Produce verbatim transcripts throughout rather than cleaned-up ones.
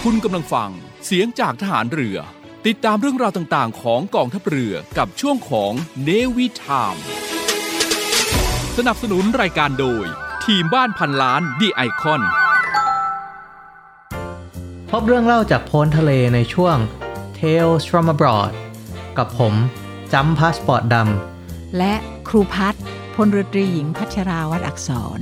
คุณกำลังฟังเสียงจากทหารเรือติดตามเรื่องราวต่างๆของกองทัพเรือกับช่วงของ Navy Time สนับสนุนรายการโดยทีมบ้านพันล้าน The Icon พบเรื่องเล่าจากพ้นทะเลในช่วง Tales from Abroad กับผมจำพาสปอร์ตดำและครูพัฒน์พลเรือตรีหญิงพัชราวัฒน์อักษร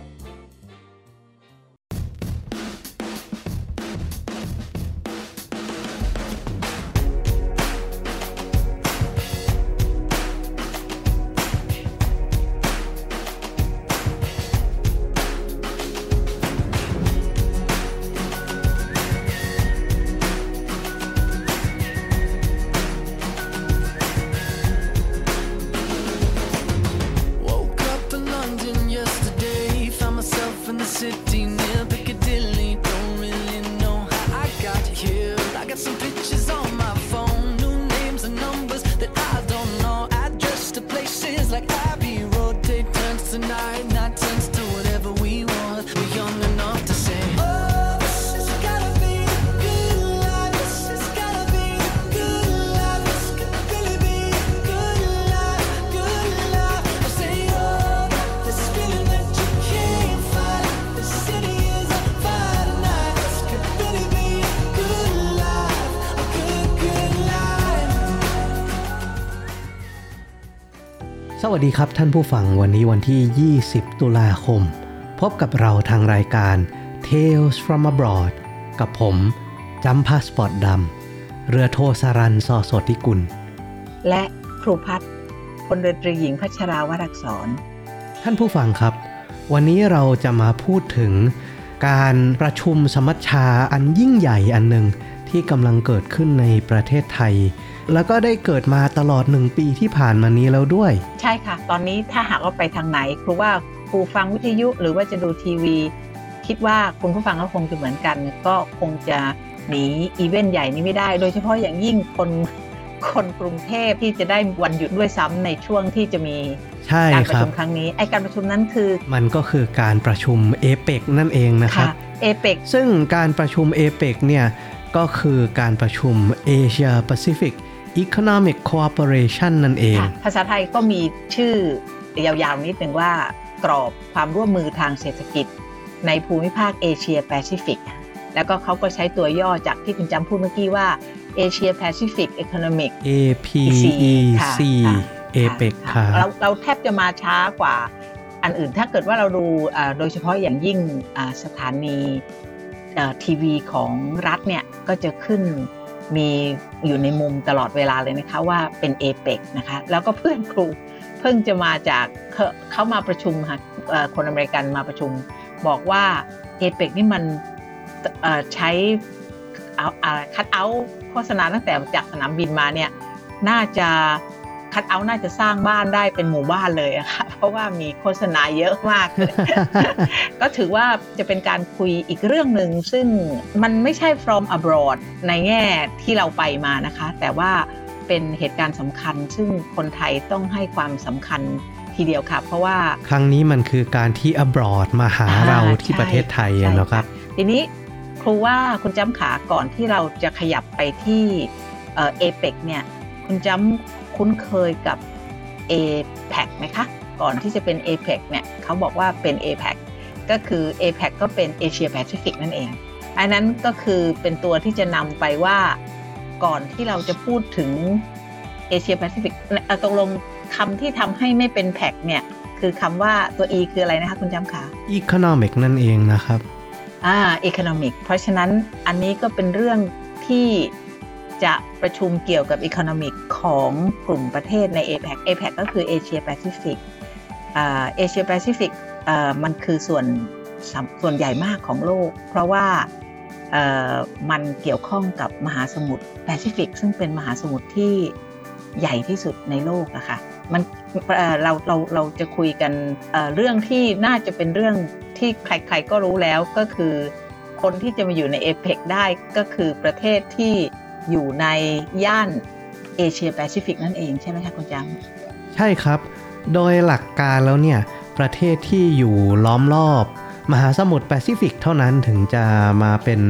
สวัสดีครับท่านผู้ฟังวันนี้วันที่ยี่สิบตุลาคมพบกับเราทางรายการ Tales from Abroad กับผมจำพาสปอร์ตดำเรือโทสรัญ สอ โสติกุลและครูพัฒน์พลเรือตรีหญิงพัชราวัฒน์อักษรท่านผู้ฟังครับวันนี้เราจะมาพูดถึงการประชุมสมัชชาอันยิ่งใหญ่อันหนึ่งที่กำลังเกิดขึ้นในประเทศไทยแล้วก็ได้เกิดมาตลอดหนึ่งปีที่ผ่านมานี้แล้วด้วยใช่ค่ะตอนนี้ถ้าหากว่าไปทางไหนครูว่าครูฟังวิทยุหรือว่าจะดูทีวีคิดว่าคุณผู้ฟังก็คงจะเหมือนกันก็คงจะหนีอีเวนต์ใหญ่นี้ไม่ได้โดยเฉพาะอย่างยิ่งคนคนกรุงเทพที่จะได้วันหยุดด้วยซ้ำในช่วงที่จะมีการประชุมครั้งนี้ไอ้การประชุมนั้นคือมันก็คือการประชุม เอ เปค นั่นเองนะครับเอ เปคซึ่งการประชุม เอ เปค เนี่ยก็คือการประชุม Asia Pacific Economic Cooperation นั่นเองภาษาไทยก็มีชื่อยาวๆนิดนึงว่ากรอบความร่วมมือทางเศรษฐกิจในภูมิภาคเอเชียแปซิฟิกแล้วก็เขาก็ใช้ตัวย่อจากที่คุณจำพูดเมื่อกี้ว่า Asia Pacific Economic เอ พี อี ซี เอ เปค ค่ะเราเราแทบจะมาช้ากว่าอันอื่นถ้าเกิดว่าเราดูโดยเฉพาะอย่างยิ่งสถานีทีวีของรัฐเนี่ยก็จะขึ้นมีอยู่ในมุมตลอดเวลาเลยนะคะว่าเป็น เอ เปค นะคะแล้วก็เพื่อนครูเพิ่งจะมาจากเขามาประชุมค่ะคนอเมริกันมาประชุมบอกว่า เอ เปค นี่มันใช้คัทเอาท์โฆษณาตั้งแต่จากสนามบินมาเนี่ยน่าจะคัทเอาท์น่าจะสร้างบ้านได้เป็นหมู่บ้านเลยอะค่ะเพราะว่ามีโฆษณาเยอะมาก ก็ถือว่าจะเป็นการคุยอีกเรื่องหนึ่งซึ่งมันไม่ใช่ from abroad ในแง่ที่เราไปมานะคะแต่ว่าเป็นเหตุการณ์สำคัญซึ่งคนไทยต้องให้ความสำคัญทีเดียวค่ะเพราะว่าครั้งนี้มันคือการที่ abroad มาหาเราที่ประเทศไทยนะครับทีนี้ครูว่าคุณจำขาก่อนที่เราจะขยับไปที่เอ่อ เอ เปค เนี่ยคุณจำคุ้นเคยกับ เอ แพค ไหมคะก่อนที่จะเป็น เอ เปค เนี่ยเขาบอกว่าเป็น เอ แพค ก็คือ เอ แพค ก็เป็น Asia Pacific นั่นเองอันนั้นก็คือเป็นตัวที่จะนำไปว่าก่อนที่เราจะพูดถึง Asia Pacific ตกลงคำที่ทำให้ไม่เป็น แพค เนี่ยคือคำว่าตัว E คืออะไรนะคะคุณจำขา Economic นั่นเองนะครับอ่า Economic เพราะฉะนั้นอันนี้ก็เป็นเรื่องที่จะประชุมเกี่ยวกับ Economic ของกลุ่มประเทศใน เอ แพค เอ แพค ก็คือ Asia Pacific อ่า Asia Pacific อ่ามันคือส่วนส่วนใหญ่มากของโลกเพราะว่าเอ่อมันเกี่ยวข้องกับมหาสมุทรแปซิฟิกซึ่งเป็นมหาสมุทรที่ใหญ่ที่สุดในโลกอะค่ะมันเอ่อเราเราเราจะคุยกันเอ่อเรื่องที่น่าจะเป็นเรื่องที่ใครๆก็รู้แล้วก็คือคนที่จะมาอยู่ใน เอ เปค ได้ก็คือประเทศที่อยู่ในย่านเอเชียแปซิฟิกนั่นเองใช่ไหมคะคุณจังใช่ครับโดยหลักการแล้วเนี่ยประเทศที่อยู่ล้อมรอบมหาสมุทรแปซิฟิกเท่านั้นถึงจะมาเป็น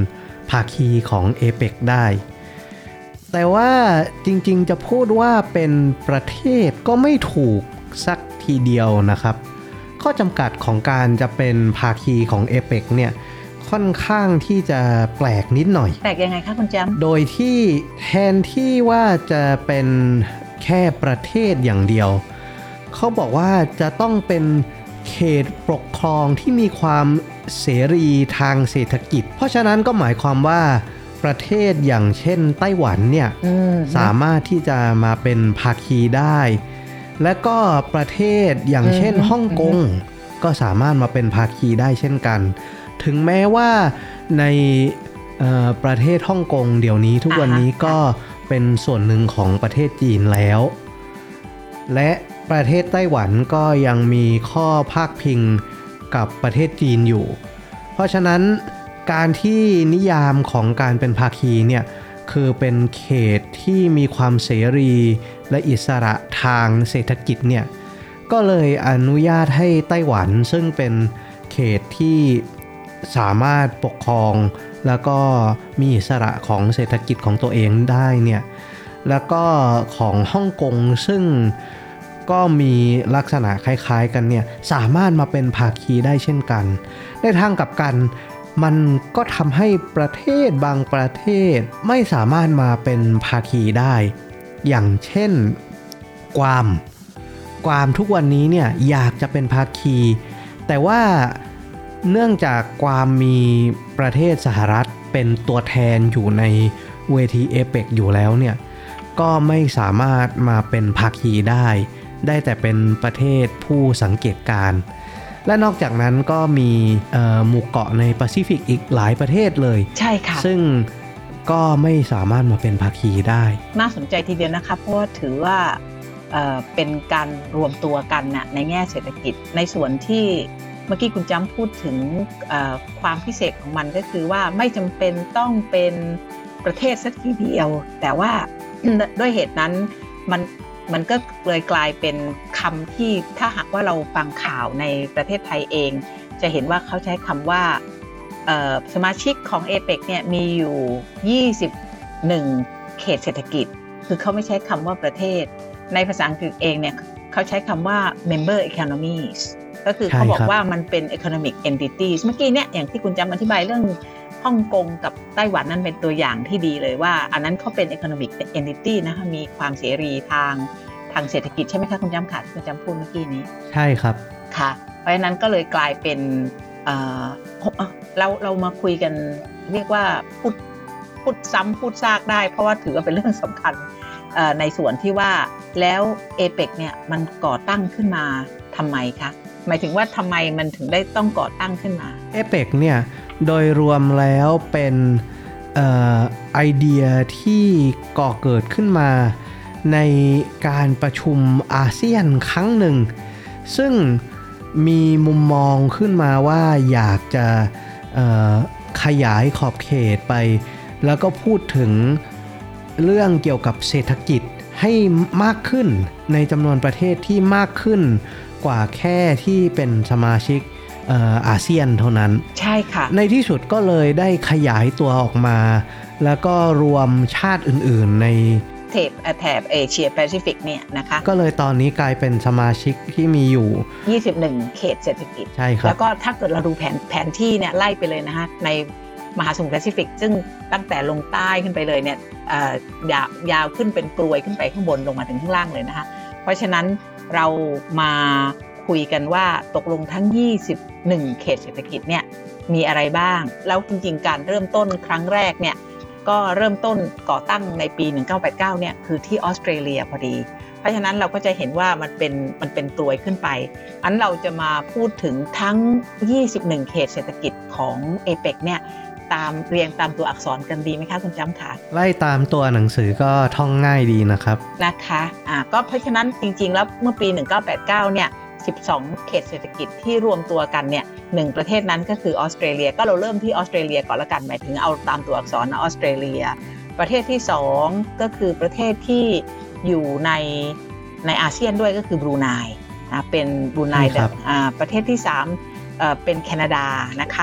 ภาคีของ เอเปก ได้แต่ว่าจริงๆจะพูดว่าเป็นประเทศก็ไม่ถูกสักทีเดียวนะครับข้อจำกัดของการจะเป็นภาคีของ เอเปก เนี่ยค่อนข้างที่จะแปลกนิดหน่อยแปลกยังไงคะคุณแจมโดยที่แทนที่ว่าจะเป็นแค่ประเทศอย่างเดียวเขาบอกว่าจะต้องเป็นเขตปกครองที่มีความเสรีทางเศรษฐกิจเพราะฉะนั้นก็หมายความว่าประเทศอย่างเช่นไต้หวันเนี่ยสามารถที่จะมาเป็นภาคีได้และก็ประเทศอย่างเช่นฮ่องกงก็สามารถมาเป็นภาคีได้เช่นกันถึงแม้ว่าในประเทศฮ่องกงเดี๋ยวนี้ทุกวันนี้ก็เป็นส่วนหนึ่งของประเทศจีนแล้วและประเทศไต้หวันก็ยังมีข้อพาดพิงกับประเทศจีนอยู่เพราะฉะนั้นการที่นิยามของการเป็นภาคีเนี่ยคือเป็นเขตที่มีความเสรีและอิสระทางเศรษฐกิจเนี่ยก็เลยอนุญาตให้ไต้หวันซึ่งเป็นเขตที่สามารถปกครองแล้วก็มีอิสระของเศรษฐกิจของตัวเองได้เนี่ยแล้วก็ของฮ่องกงซึ่งก็มีลักษณะคล้ายๆกันเนี่ยสามารถมาเป็นภาคีได้เช่นกันในทางกลับกันมันก็ทำให้ประเทศบางประเทศไม่สามารถมาเป็นภาคีได้อย่างเช่นกวามกวามทุกวันนี้เนี่ยอยากจะเป็นภาคีแต่ว่าเนื่องจากกวามมีประเทศสหรัฐเป็นตัวแทนอยู่ในเวที เอเปก อยู่แล้วเนี่ยก็ไม่สามารถมาเป็นภาคีได้ได้แต่เป็นประเทศผู้สังเกตการณ์และนอกจากนั้นก็มีหมู่เกาะในแปซิฟิกอีกหลายประเทศเลยใช่ค่ะซึ่งก็ไม่สามารถมาเป็นภาคีได้น่าสนใจทีเดียวนะคะเพราะว่าถือว่าเอ่อเป็นการรวมตัวกันนะในแง่เศรษฐกิจในส่วนที่เมื่อกี้คุณจ้ำพูดถึงความพิเศษของมันก็คือว่าไม่จำเป็นต้องเป็นประเทศสักทีเดียวแต่ว่าด้วยเหตุนั้นมันมันก็เลยกลายเป็นคำที่ถ้าหากว่าเราฟังข่าวในประเทศไทยเองจะเห็นว่าเขาใช้คำว่าสมาชิกของ เอเปก เนี่ยมีอยู่ยี่สิบเอ็ดเขตเศรษฐกิจคือเขาไม่ใช้คำว่าประเทศในภาษาอังกฤษเองเนี่ยเขาใช้คำว่า member economies ก็คือเขาบอกว่ามันเป็น economic entities เมื่อกี้เนี่ยอย่างที่คุณจำอธิบายเรื่องฮ่องกงกับไต้หวันนั่นเป็นตัวอย่างที่ดีเลยว่าอันนั้นเขาเป็น economic entity นะคะมีความเสรีทางทางเศรษฐกิจใช่ไหมคะคุณจำขาดคุณจำพูดเมื่อกี้นี้ใช่ครับค่ะเพราะฉะนั้นก็เลยกลายเป็นเอ่อเราเรามาคุยกันเรียกว่าพูดพูดซ้ำพูดซากได้เพราะว่าถือว่าเป็นเรื่องสำคัญในส่วนที่ว่าแล้ว เอเปก เนี่ยมันก่อตั้งขึ้นมาทำไมคะหมายถึงว่าทำไมมันถึงได้ต้องก่อตั้งขึ้นมาเอเปก เนี่ยโดยรวมแล้วเป็นเอ่อไอเดียที่ก่อเกิดขึ้นมาในการประชุมอาเซียนครั้งหนึ่งซึ่งมีมุมมองขึ้นมาว่าอยากจะเอ่อขยายขอบเขตไปแล้วก็พูดถึงเรื่องเกี่ยวกับเศรษฐกิจให้มากขึ้นในจำนวนประเทศที่มากขึ้นกว่าแค่ที่เป็นสมาชิกอาเซียนเท่านั้นใช่ค่ะในที่สุดก็เลยได้ขยายตัวออกมาแล้วก็รวมชาติอื่นๆในแถบแถบเอเชียแปซิฟิกเนี่ยนะคะก็เลยตอนนี้กลายเป็นสมาชิกที่มีอยู่ยี่สิบเอ็ดเขตเศรษฐกิจใช่ครับแล้วก็ถ้าเกิดเราดูแผนแผนที่เนี่ยไล่ไปเลยนะคะในมหาสมุทรแปซิฟิกซึ่งตั้งแต่ลงใต้ขึ้นไปเลยเนี่ยยาวยาวขึ้นเป็นกลวยขึ้นไปข้างบนลงมาถึงข้างล่างเลยนะคะเพราะฉะนั้นเรามาคุยกันว่าตกลงทั้งยี่สิบเอ็ดเขตเศรษฐกิจเนี่ยมีอะไรบ้างแล้วจริงๆการเริ่มต้นครั้งแรกเนี่ยก็เริ่มต้นก่อตั้งในปีหนึ่งเก้าแปดเก้าเนี่ยคือที่ออสเตรเลียพอดีเพราะฉะนั้นเราก็จะเห็นว่ามันเป็นมันเป็นกลวยขึ้นไปอันเราจะมาพูดถึงทั้งยี่สิบเอ็ดเขตเศรษฐกิจของ เอเปก เนี่ยตามเรียงตามตัวอักษรกันดีไหมคะคุณจ้ำค่ะไล่ตามตัวหนังสือก็ท่องง่ายดีนะครับนะคะอ่าก็เพราะฉะนั้นจริงๆแล้วเมื่อปีหนึ่งเก้าแปดเก้าเนี่ยสิบสองเขตเศรษฐกิจที่รวมตัวกันเนี่ยหนึ่งประเทศนั้นก็คือออสเตรเลียก็เราเริ่มที่ออสเตรเลียก่อนละกันหมายถึงเอาตามตัวอักษรนะออสเตรเลียประเทศที่สองก็คือประเทศที่อยู่ในในอาเซียนด้วยก็คือบรูไนนะเป็นบรูไนอ่าประเทศที่สามเอ่อเป็นแคนาดานะคะ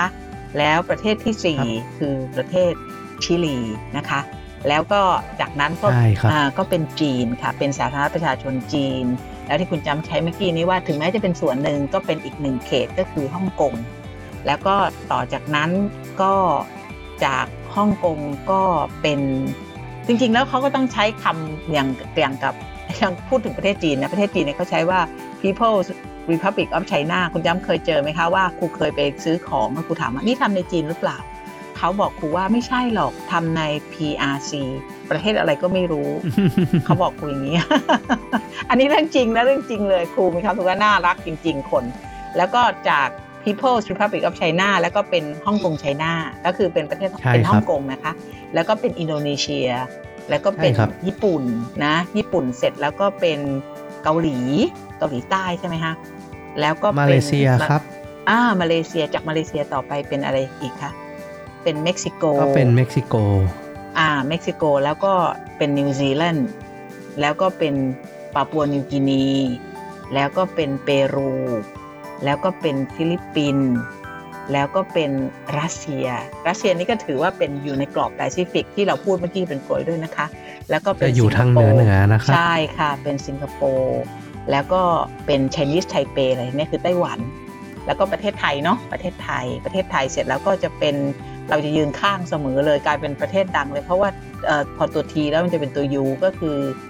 แล้วประเทศที่สี่คือประเทศชิลีนะคะแล้วก็จากนั้นก็ก็เป็นจีนค่ะเป็นสาธารณรัฐประชาชนจีนแล้วที่คุณจำใช้เมื่อกี้นี้ว่าถึงแม้จะเป็นส่วนหนึ่งก็เป็นอีกหนึ่งเขตก็คือฮ่องกงแล้วก็ต่อจากนั้นก็จากฮ่องกงก็เป็นจริงๆแล้วเขาก็ต้องใช้คำอย่างอย่างกับยังพูดถึงประเทศจีนนะประเทศจีนเนี่ยเขาใช้ว่า People's Republic of China คุณจำเคยเจอไหมคะว่าครูเคยไปซื้อของแล้วครูถามว่านี่ทำในจีนหรือเปล่าเขาบอกครูว่าไม่ใช่หรอกทำใน พี อาร์ ซี ประเทศอะไรก็ไม่รู้ เขาบอกครูอย่างนี้ อันนี้เรื่องจริงนะเรื่องจริงเลยครูมีคำถือว่าน่ารักจริงๆคนแล้วก็จาก People's Republic of China แล้วก็เป็นฮ่องกงไชน่าก็คือเป็นประเทศเป็นฮ่องกงนะคะแล้วก็เป็นอินโดนีเซียแล้วก็เป็นญี่ปุ่นนะญี่ปุ่นเสร็จแล้วก็เป็นเกาหลีเกาหลีใต้ใช่ไหมคะแล้วก็มาเลเซียครับอ่ามาเลเซียจากมาเลเซียต่อไปเป็นอะไรอีกคะเป็นเม็กซิโกก็เป็นเม็กซิโกอ่าเม็กซิโกแล้วก็เป็นนิวซีแลนด์แล้วก็เป็นปาปัวนิวกินีแล้วก็เป็นเปรูแล้วก็เป็นฟิลิปปินส์แล้วก็เป็นรัสเซียรัสเซียนี่ก็ถือว่าเป็นอยู่ในกรอบแปซิฟิกที่เราพูดเมื่อกี้เป็นกลวยด้วยนะคะแล้วก็เป็นอยู่ทางเหนือเหนือนะครับใช่ค่ะเป็นสิงคโปร์แล้วก็เป็นไชนีสไทเปอะไรนี่คือไต้หวันแล้วก็ประเทศไทยเนาะประเทศไทยประเทศไทยเสร็จแล้วก็จะเป็นเราจะยืนข้างเสมอเลยกลายเป็นประเทศดังเลยเพราะว่าเอ่อพอตัว T แล้วมันจะเป็นตัว U ก็คือ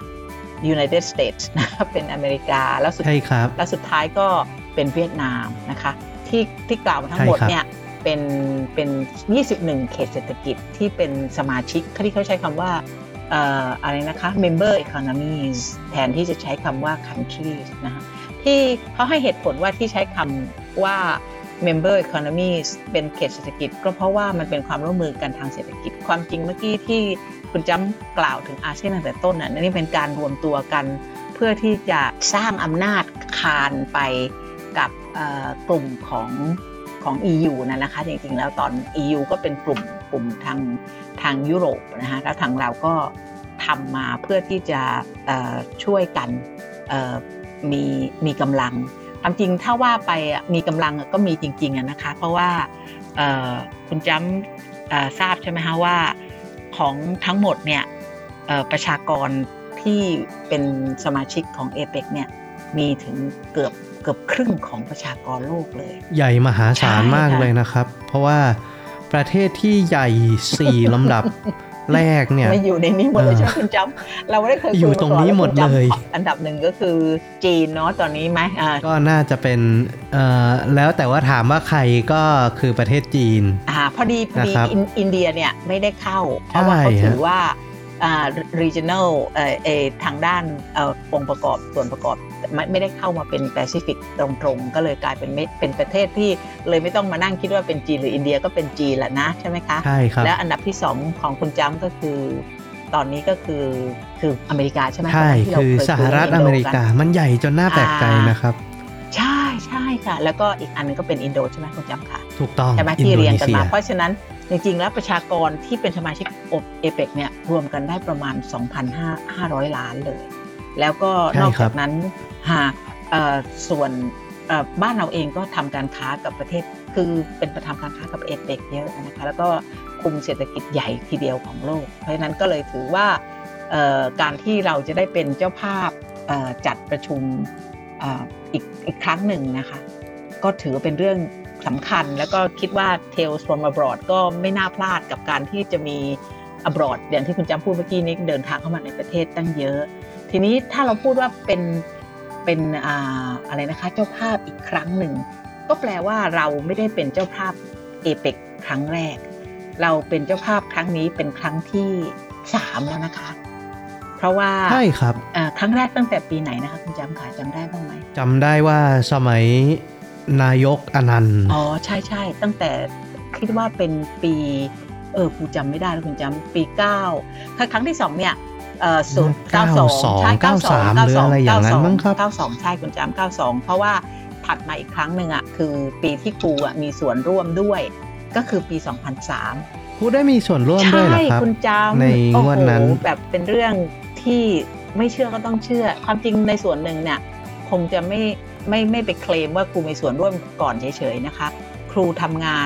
United States นะเป็นอเมริกาแล้วสุดแล้วสุดท้ายก็เป็นเวียดนามนะคะที่ที่กล่าวมาทั้งหมดเนี่ยเป็นเป็นยี่สิบเอ็ดเขตเศรษฐกิจที่เป็นสมาชิกที่เขาใช้คำว่าเอ่ออะไรนะคะ member economies แทนที่จะใช้คำว่า countries นะคะที่เขาให้เหตุผลว่าที่ใช้คำว่า member economies เป็นเขตเศรษฐกิจก็เพราะว่ามันเป็นความร่วมมือกันทางเศรษฐกิจความจริงเมื่อกี้ที่คุณจำกล่าวถึงอาเซียนตั้งแต่ต้นน่ะนี่เป็นการรวมตัวกันเพื่อที่จะสร้างอำนาจคานไปกับกลุ่มของของ อี ยู นะนะคะจริงๆแล้วตอน อี ยู ก็เป็นกลุ่มกลุ่มทางทางยุโรปนะคะแล้วทางเราก็ทำมาเพื่อที่จะช่วยกันมีมีกำลังความจริงถ้าว่าไปมีกำลังก็มีจริงๆนะคะเพราะว่าคุณจำทราบใช่ไหมคะว่าของทั้งหมดเนี่ยประชากรที่เป็นสมาชิกของ เอ เปค เนี่ยมีถึงเกือบเกือบครึ่งของประชากรโลกเลยใหญ่มหาศาลมากเลยนะครับเพราะว่าประเทศที่ใหญ่สี่ลำดับแรกเนี่ยไม่อยู่ในนี้หมดเลยใช่ไหมคุณจำเราไม่ได้เคยอยู่ตรงนี้หมดเลยอันดับหนึ่งก็คือจีนเนาะตอนนี้ไหมก็น่าจะเป็นแล้วแต่ว่าถามว่าใครก็คือประเทศจีนอ่าพอดีพอดีอินเดียเนี่ยไม่ได้เข้าเพราะว่าเขาถือว่าอ่า regional เอ่อเอทางด้านเอ่อองค์ประกอบส่วนประกอบไม่ไม่ได้เข้ามาเป็นแปซิฟิกตรงๆก็เลยกลายเป็นเป็นประเทศที่เลยไม่ต้องมานั่งคิดว่าเป็นจีนหรืออินเดียก็เป็นจีนแหละนะใช่ไหมคะใช่ครับแล้วอันดับที่สองของคุณจำก็คือตอนนี้ก็คือคืออเมริกาใช่ไหมใช่คือสหรัฐอเมริกามันใหญ่จนน่าแปลกใจนะครับใช่ใช่ค่ะแล้วก็อีกอันนึงก็เป็นอินโดใช่ไหมคุณจำค่ะถูกต้องใช่ไหมที่เรียนกันมาเพราะฉะนั้นจริงๆแล้วประชากรที่เป็นสมาชิก เอ เปค เนี่ยรวมกันได้ประมาณ สองพันห้าร้อย ล้านเลยแล้วก็นอกจากนั้นหากส่วนบ้านเราเองก็ทำการค้ากับประเทศคือเป็นประทำการค้ากับ เอ เปค เยอะนะคะแล้วก็คุมเศรษฐกิจใหญ่ทีเดียวของโลกเพราะฉะนั้นก็เลยถือว่าการที่เราจะได้เป็นเจ้าภาพจัดประชุมอีกอีกครั้งหนึ่งนะคะก็ถือเป็นเรื่องสำคัญแล้วก็คิดว่า Tales from Abroad ก็ไม่น่าพลาดกับการที่จะมี abroad อย่างที่คุณจำพูดเมื่อกี้นี้เดินทางเข้ามาในประเทศตั้งเยอะทีนี้ถ้าเราพูดว่าเป็นเป็นอ่าอะไรนะคะเจ้าภาพอีกครั้งหนึ่งก็แปลว่าเราไม่ได้เป็นเจ้าภาพ เอ เปค ครั้งแรกเราเป็นเจ้าภาพครั้งนี้เป็นครั้งที่สามแล้วนะคะเพราะว่าใช่ครับครั้งแรกตั้งแต่ปีไหนนะคะคุณจำค่ะจำได้บ้างไหมจำได้ว่าสมัยนายกอนันต์อ๋อใช่ใช่ตั้งแต่คิดว่าเป็นปีเออกูจำไม่ได้แล้วคุณจำปีเก้าครั้งที่สองเนี่ยเอ่อศูนย์เก้าสองใช่เก้าสองหรืออะไรอย่างนั้นมั้งครับเก้าสองใช่คุณจำเก้าสองเพราะว่าถัดมาอีกครั้งหนึ่งอ่ะคือปีที่ครูอ่ะมีส่วนร่วมด้วยก็คือปีสองพันสามครูได้มีส่วนร่วมด้วยเหรอครับใช่คุณจำในงวดนั้นแบบเป็นเรื่องที่ไม่เชื่อก็ต้องเชื่อความจริงในส่วนหนึ่งเนี่ยคงจะไม่ไม่ไม่ไปเคลมว่าครูมีส่วนร่วมก่อนเฉยๆนะคะครูทำงาน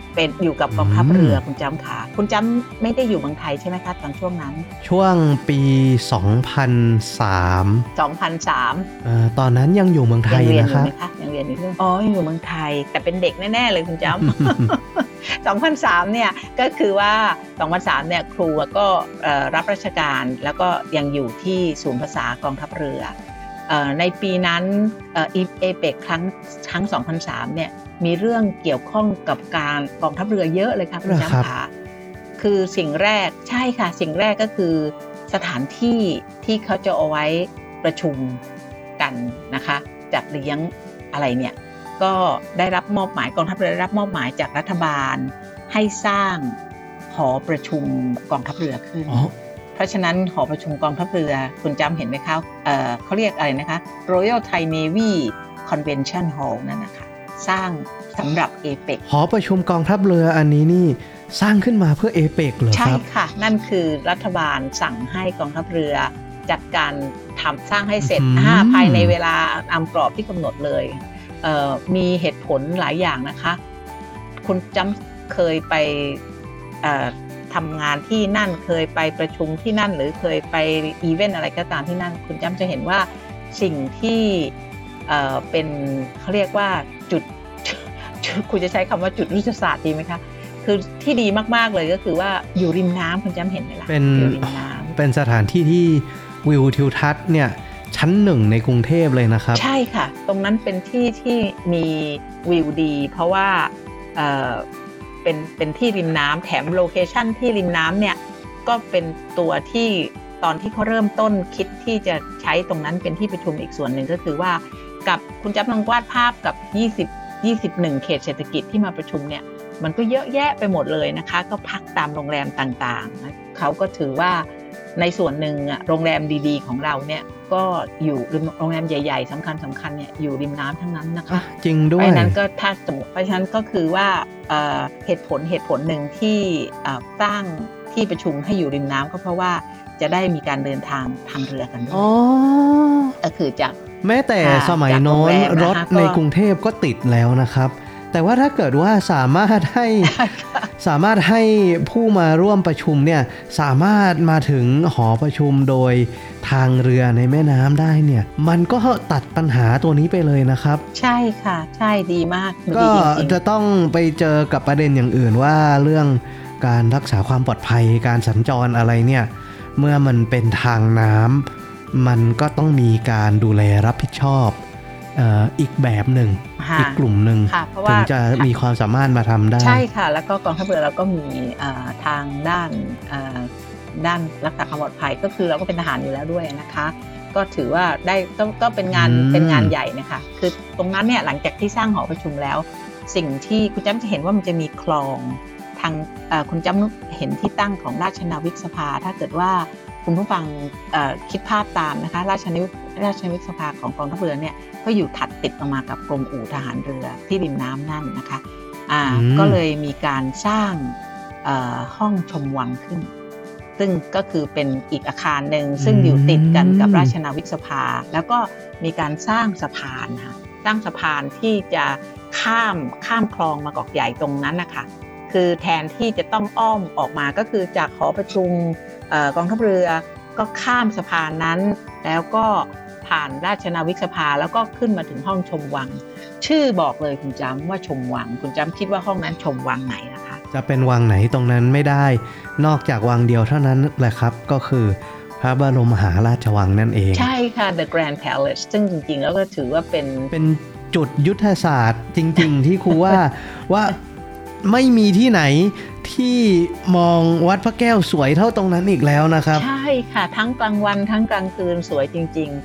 เป็นอยู่กับกองทัพเรือคุณจำค่ะคุณจำไม่ได้อยู่เมืองไทยใช่ไหมคะตอนช่วงนั้นช่วงปีสองพันสามสองพันสามเอ่อตอนนั้นยังอยู่เมืองไทยนะครับยังเรียนอยู่ไหมคะยังเรียนอยู่อ๋อยังอยู่เมืองไทยแต่เป็นเด็กแน่ๆเลยคุณจำ สองพันสามเนี่ยก็คือว่าสองพันสามเนี่ยครูก็รับราชการแล้วก็ยังอยู่ที่ศูนย์ภาษากองทัพเรือในปีนั้นเอเปกครั้งครั้งสองพันสามเนี่ยมีเรื่องเกี่ยวข้องกับการกองทัพเรือเยอะเลยค่ะคุณจำค่ะคือสิ่งแรกใช่ค่ะสิ่งแรกก็คือสถานที่ที่เขาจะเอาไว้ประชุมกันนะคะจัดเลี้ยงอะไรเนี่ยก็ได้รับมอบหมายกองทัพเรือได้รับมอบหมายจากรัฐบาลให้สร้างหอประชุมกองทัพเรือขึ้นเพราะฉะนั้นหอประชุมกองทัพเรือคุณจำเห็นไหมคะ เอ่อ เขาเรียกอะไรนะคะ Royal Thai Navy Convention Hall นั่นนะคะสร้างสำหรับ เอเปกหอประชุมกองทัพเรืออันนี้นี่สร้างขึ้นมาเพื่อ เอเปก เหรอครับใช่ค่ะนั่นคือรัฐบาลสั่งให้กองทัพเรือจัดการทำสร้างให้เสร็จภายในเวลาตามกรอบที่กำหนดเลยเอ่อมีเหตุผลหลายอย่างนะคะคุณจำเคยไปเอ่อทำงานที่นั่นเคยไปประชุมที่นั่นหรือเคยไปอีเวนต์อะไรก็ตามที่นั่นคุณจำจะเห็นว่าสิ่งที่เอ่อเป็นเขาเรียกว่าจุดคุณจะใช้คำว่าจุดยุทธศาสตร์ดีไหมคะคือที่ดีมากๆเลยก็คือว่าอยู่ริมน้ำคุณจำเห็นไหมล่ะเป็นอยู่ริมน้ำเป็นสถานที่ที่วิวทิวทัศน์เนี่ยชั้นหนึ่งในกรุงเทพเลยนะครับใช่ค่ะตรงนั้นเป็นที่ที่มีวิวดีเพราะว่าเอ่อเป็นเป็นที่ริมน้ำแถมโลเคชั่นที่ริมน้ำเนี่ยก็เป็นตัวที่ตอนที่เขาเริ่มต้นคิดที่จะใช้ตรงนั้นเป็นที่ประชุมอีกส่วนหนึ่งก็คือว่ากับคุณจับลองวาดภาพกับยี่สิบ ยี่สิบเอ็ดเขตเศรษฐกิจที่มาประชุมเนี่ยมันก็เยอะแยะไปหมดเลยนะคะก็พักตามโรงแรมต่างๆเขาก็ถือว่าในส่วนหนึ่งโรงแรมดีๆของเราเนี่ยก็อยู่โรงแรมใหญ่ๆสำคัญสำคัญเนี่ยอยู่ริมน้ำทั้งนั้นนะคะจริงด้วยเพราะฉะนั้นก็ถ้าสมมติเพราะฉะนั้นก็คือว่าเหตุผลเหตุผลหนึ่งที่สร้างที่ประชุมให้อยู่ริมน้ำก็เพราะว่าจะได้มีการเดินทางทางเรือกันด้วยก็คือจากแม้แต่สมัยโน้นรถในกรุงเทพก็ติดแล้วนะครับแต่ว่าถ้าเกิดว่าสามารถให้สามารถให้ผู้มาร่วมประชุมเนี่ยสามารถมาถึงหอประชุมโดยทางเรือในแม่น้ำได้เนี่ยมันก็ตัดปัญหาตัวนี้ไปเลยนะครับใช่ค่ะใช่ดีมากก็จะต้องไปเจอกับประเด็นอย่างอื่นว่าเรื่องการรักษาความปลอดภัยการสัญจรอะไรเนี่ยเมื่อมันเป็นทางน้ำมันก็ต้องมีการดูแลรับผิดชอบอีกแบบหนึ่งอีกกลุ่มหนึ่งถึงจะมีความสามารถมาทำได้ใช่ค่ะแล้วก็กองทัพเรือเราก็มีทางด้านด้านรักษาความปลอดภัยก็คือเราก็เป็นทหารอยู่แล้วด้วยนะคะก็ถือว่าได้ก็เป็นงานเป็นงานใหญ่นะคะคือตรงนั้นเนี่ยหลังจากที่สร้างหอประชุมแล้วสิ่งที่คุณจ้ำจะเห็นว่ามันจะมีคลองทางคุณจ้ำเห็นที่ตั้งของราชนาวิกสภาถ้าเกิดว่าคุณผู้ฟังคิดภาพตามนะคะราชนาวิกราชนาวิกสภาของกองทัพเรือเนี่ยก็อยู่ถัดติดออกมากับกรมอู่ทหารเรือที่ริมน้ำนั่นนะคะอ่าก็เลยมีการสร้างห้องชมวังขึ้นซึ่งก็คือเป็นอีกอาคารหนึ่งซึ่งอยู่ติดกันกับราชนาวิกสภาแล้วก็มีการสร้างสะพานค่ะสร้างสะพานที่จะข้ามข้ามคลองมากอกใหญ่ตรงนั้นนะคะคือแทนที่จะต้องอ้อมออกมาก็คือจากหอประชุมกองทัพเรือก็ข้ามสะพานนั้นแล้วก็ผ่านราชนาวิกสภาแล้วก็ขึ้นมาถึงห้องชมวังชื่อบอกเลยคุณจำว่าชมวังคุณจำคิดว่าห้องนั้นชมวังไหนนะคะจะเป็นวังไหนตรงนั้นไม่ได้นอกจากวังเดียวเท่านั้นแหละครับก็คือพระบรมมหาราชวังนั่นเองใช่ค่ะ The Grand Palace ซึ่งจริงๆแล้วก็ถือว่าเป็นเป็นจุดยุทธศาสตร์จริงๆ ที่ครูว่าว่าไม่มีที่ไหนที่มองวัดพระแก้วสวยเท่าตรงนั้นอีกแล้วนะครับใช่ค่ะทั้งกลางวันทั้งกลางคืนสวยจริงๆ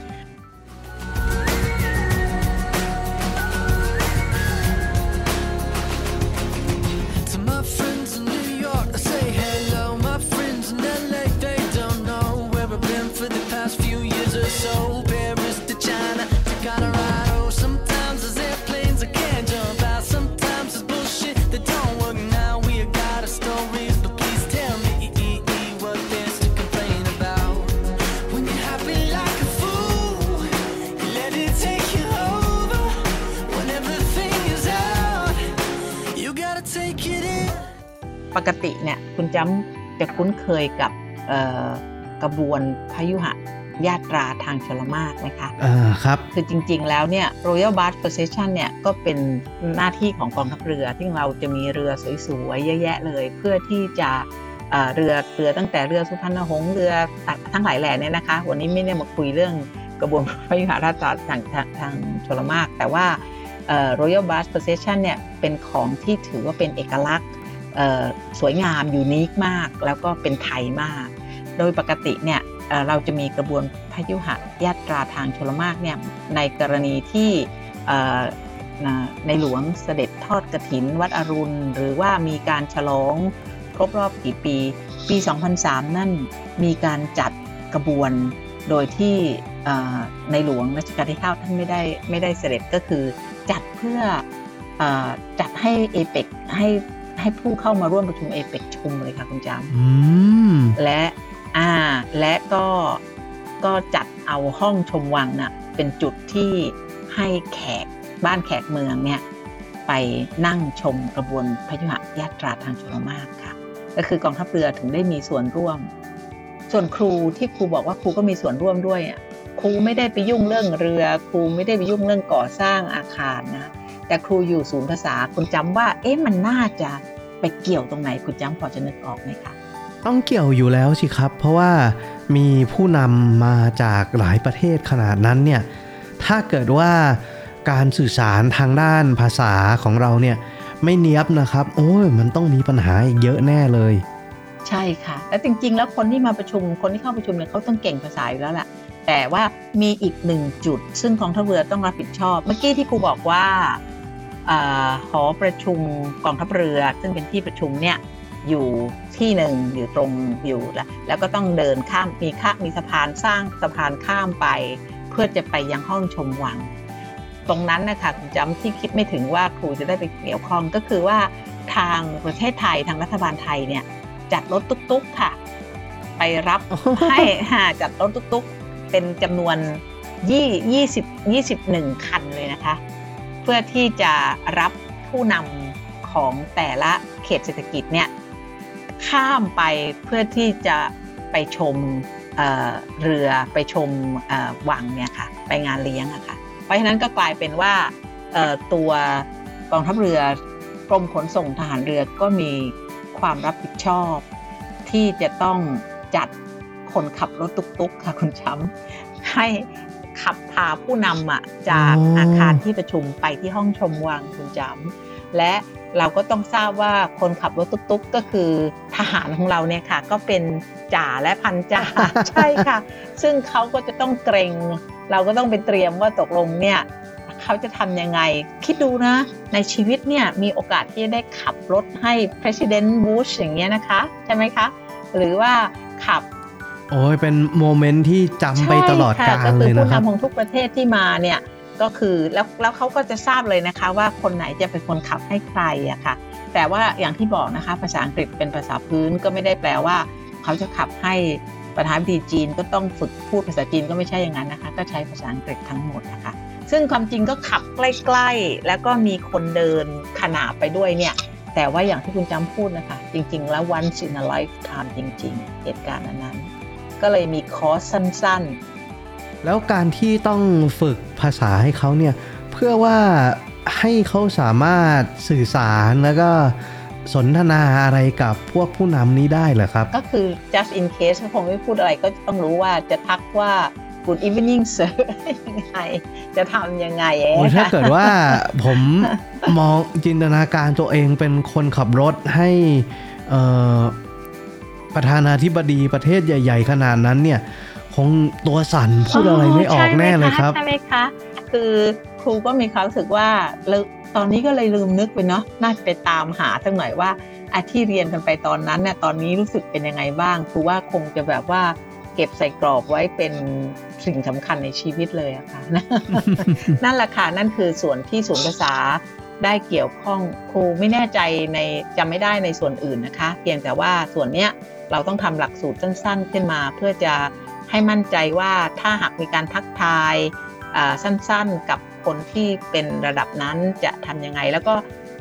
When you're happy like a fool ปกติเนี่ยคุณจำจะคุ้นเคยกับกระบวนพยุหญาตราทางชลมารไหมคะอ่าครับคือจริงๆแล้วเนี่ย Royal Barge Procession เนี่ยก็เป็นหน้าที่ของกองทัพเรือที่เราจะมีเรือสวยๆเยอะแยะเลยเพื่อที่จะเรือเรือตั้งแต่เรือสุพรรณหงส์เรือทั้งหลายแหล่เนี่ยนะคะวันนี้ไม่ได้มาคุยเรื่องกระบวนพยุหญาตราทางทางชลมารแต่ว่า Royal Barge Procession เนี่ยเป็นของที่ถือว่าเป็นเอกลักษณ์สวยงามยูนิคมากแล้วก็เป็นไทยมากโดยปกติเนี่ยเราจะมีกระบวนพยุหญาตราทางชลมารเนี่ยในกรณีที่ในหลวงเสด็จทอดกฐินวัดอรุณหรือว่ามีการฉลองครบรอบกี่ปีปีสองพันสามนั่นมีการจัดกระบวนโดยที่ในหลวงรัชกาลที่เก้าท่านไม่ได้ไม่ได้เสด็จก็คือจัดเพื่อจัดให้เอเปกให้ให้ผู้เข้ามาร่วมประชุมเอเปกชมเลยค่ะคุณจำและอ่าและก็ก็จัดเอาห้องชมวังน่ะเป็นจุดที่ให้แขกบ้านแขกเมืองเนี่ยไปนั่งชมกระบวนพยุหญาตราทางชลมารค่ะก็คือกองทัพเรือถึงได้มีส่วนร่วมส่วนครูที่ครูบอกว่าครูก็มีส่วนร่วมด้วยอ่ะครูไม่ได้ไปยุ่งเรื่องเรือครูไม่ได้ไปยุ่งเรื่องก่อสร้างอาคารนะแต่ครูอยู่ศูนย์ภาษาคุณจำว่าเอ๊ะมันน่าจะไปเกี่ยวตรงไหนคุณจำพอจะนึกออกไหมคะต้องเกี่ยวอยู่แล้วสิครับเพราะว่ามีผู้นำมาจากหลายประเทศขนาดนั้นเนี่ยถ้าเกิดว่าการสื่อสารทางด้านภาษาของเราเนี่ยไม่เนียบนะครับโอ้ยมันต้องมีปัญหาอีกเยอะแน่เลยใช่ค่ะและจริงๆแล้วคนที่มาประชุมคนที่เข้าประชุมเนี่ยเขาต้องเก่งภาษาอยู่แล้วแหละแต่ว่ามีอีกหนึ่งจุดซึ่งกองทัพเรือต้องรับผิดชอบเมื่อกี้ที่ครูบอกว่าหอประชุมกองทัพเรือซึ่งเป็นที่ประชุมเนี่ยอยู่ที่หนึ่งอยู่ตรงอยู่แล้วแล้วก็ต้องเดินข้ามมีข้ามมีสะพานสร้างสะพานข้ามไปเพื่อจะไปยังห้องชมวังตรงนั้นนะคะคุณจำที่คิดไม่ถึงว่าครูจะได้ไปเกี่ยวข้องก็คือว่าทางประเทศไทยทางรัฐบาลไทยเนี่ยจัดรถตุ๊กๆค่ะไปรับ ให้จัดรถตุ๊กๆเป็นจำนวนยี่ยี่สิบยี่สิบเอ็ดคันเลยนะคะเพื่อที่จะรับผู้นำของแต่ละเขตเศรษฐกิจเนี่ยข้ามไปเพื่อที่จะไปชม เอ่อ เรือไปชมวังเนี่ยค่ะไปงานเลี้ยงอะค่ะเพราะฉะนั้นก็กลายเป็นว่าตัวกองทัพเรือกรมขนส่งทหารเรือก็มีความรับผิดชอบที่จะต้องจัดคนขับรถตุ๊กๆค่ะคุณช้ำให้ขับพาผู้นำอะจากอาคารที่ประชุมไปที่ห้องชมวังคุณช้ำและเราก็ต้องทราบว่าคนขับรถตุ๊กๆก็คือทหารของเราเนี่ยค่ะก็เป็นจ่าและพันจ่า ใช่ค่ะซึ่งเขาก็จะต้องเกรงเราก็ต้องไปเตรียมว่าตกลงเนี่ยเขาจะทำยังไงคิดดูนะในชีวิตเนี่ยมีโอกาสที่จะได้ขับรถให้ President Bush อย่างเงี้ยนะคะใช่ไหมคะหรือว่าขับโอ้ยเป็นโมเมนต์ที่จำไปตลอดกาลเลยนะครับผู้นำของทุกประเทศที่มาเนี่ยก็คือแล้วแล้วเขาก็จะทราบเลยนะคะว่าคนไหนจะเป็นคนขับให้ใครอะค่ะแต่ว่าอย่างที่บอกนะคะภาษาอังกฤษเป็นภาษาพื้นก็ไม่ได้แปลว่าเขาจะขับให้ประธานาธิบดีจีนก็ต้องฝึกพูดภาษาจีนก็ไม่ใช่อย่างนั้นนะคะก็ใช้ภาษาอังกฤษทั้งหมดนะคะซึ่งความจริงก็ขับใกล้ๆแล้วก็มีคนเดินขนานไปด้วยเนี่ยแต่ว่าอย่างที่คุณจำพูดนะคะจริงๆแล้ว once in a lifetime จริงๆเหตุการณ์นั้นก็เลยมีคอร์สสั้นๆแล้วการที่ต้องฝึกภาษาให้เขาเนี่ยเพื่อว่าให้เขาสามารถสื่อสารแล้วก็สนทนาอะไรกับพวกผู้นำนี้ได้เหรอครับก็คือ just in case เขาคงไม่พูดอะไรก็ต้องรู้ว่าจะทักว่า good evening sir ยังไงจะทำยังไงเองถ้าเกิดว่าผมมองจินตนาการตัวเองเป็นคนขับรถให้ประธานาธิบดีประเทศใหญ่ๆขนาดนั้นเนี่ยคงตัวสั่นพูดอะไรไม่ออกแน่เลยครับใช่ไหมคะคือครูก็มีความรู้สึกว่าตอนนี้ก็เลยลืมนึกไปเนาะน่าจะไปตามหาสักหน่อยว่าอาที่เรียนกันไปตอนนั้นเนี่ยตอนนี้รู้สึกเป็นยังไงบ้างครูว่าคงจะแบบว่าเก็บใส่กรอบไว้เป็นสิ่งสำคัญในชีวิตเลยอะค่ะ นั่นแหละค่ะนั่นคือส่วนที่ศูนย์ภาษาได้เกี่ยวข้องครูไม่แน่ใจในจำไม่ได้ในส่วนอื่นนะคะเพียงแต่ว่าส่วนเนี้ยเราต้องทำหลักสูตรสั้นๆขึ้นมาเพื่อจะให้มั่นใจว่าถ้าหากมีการทักทายสั้นๆกับคนที่เป็นระดับนั้นจะทำยังไงแล้วก็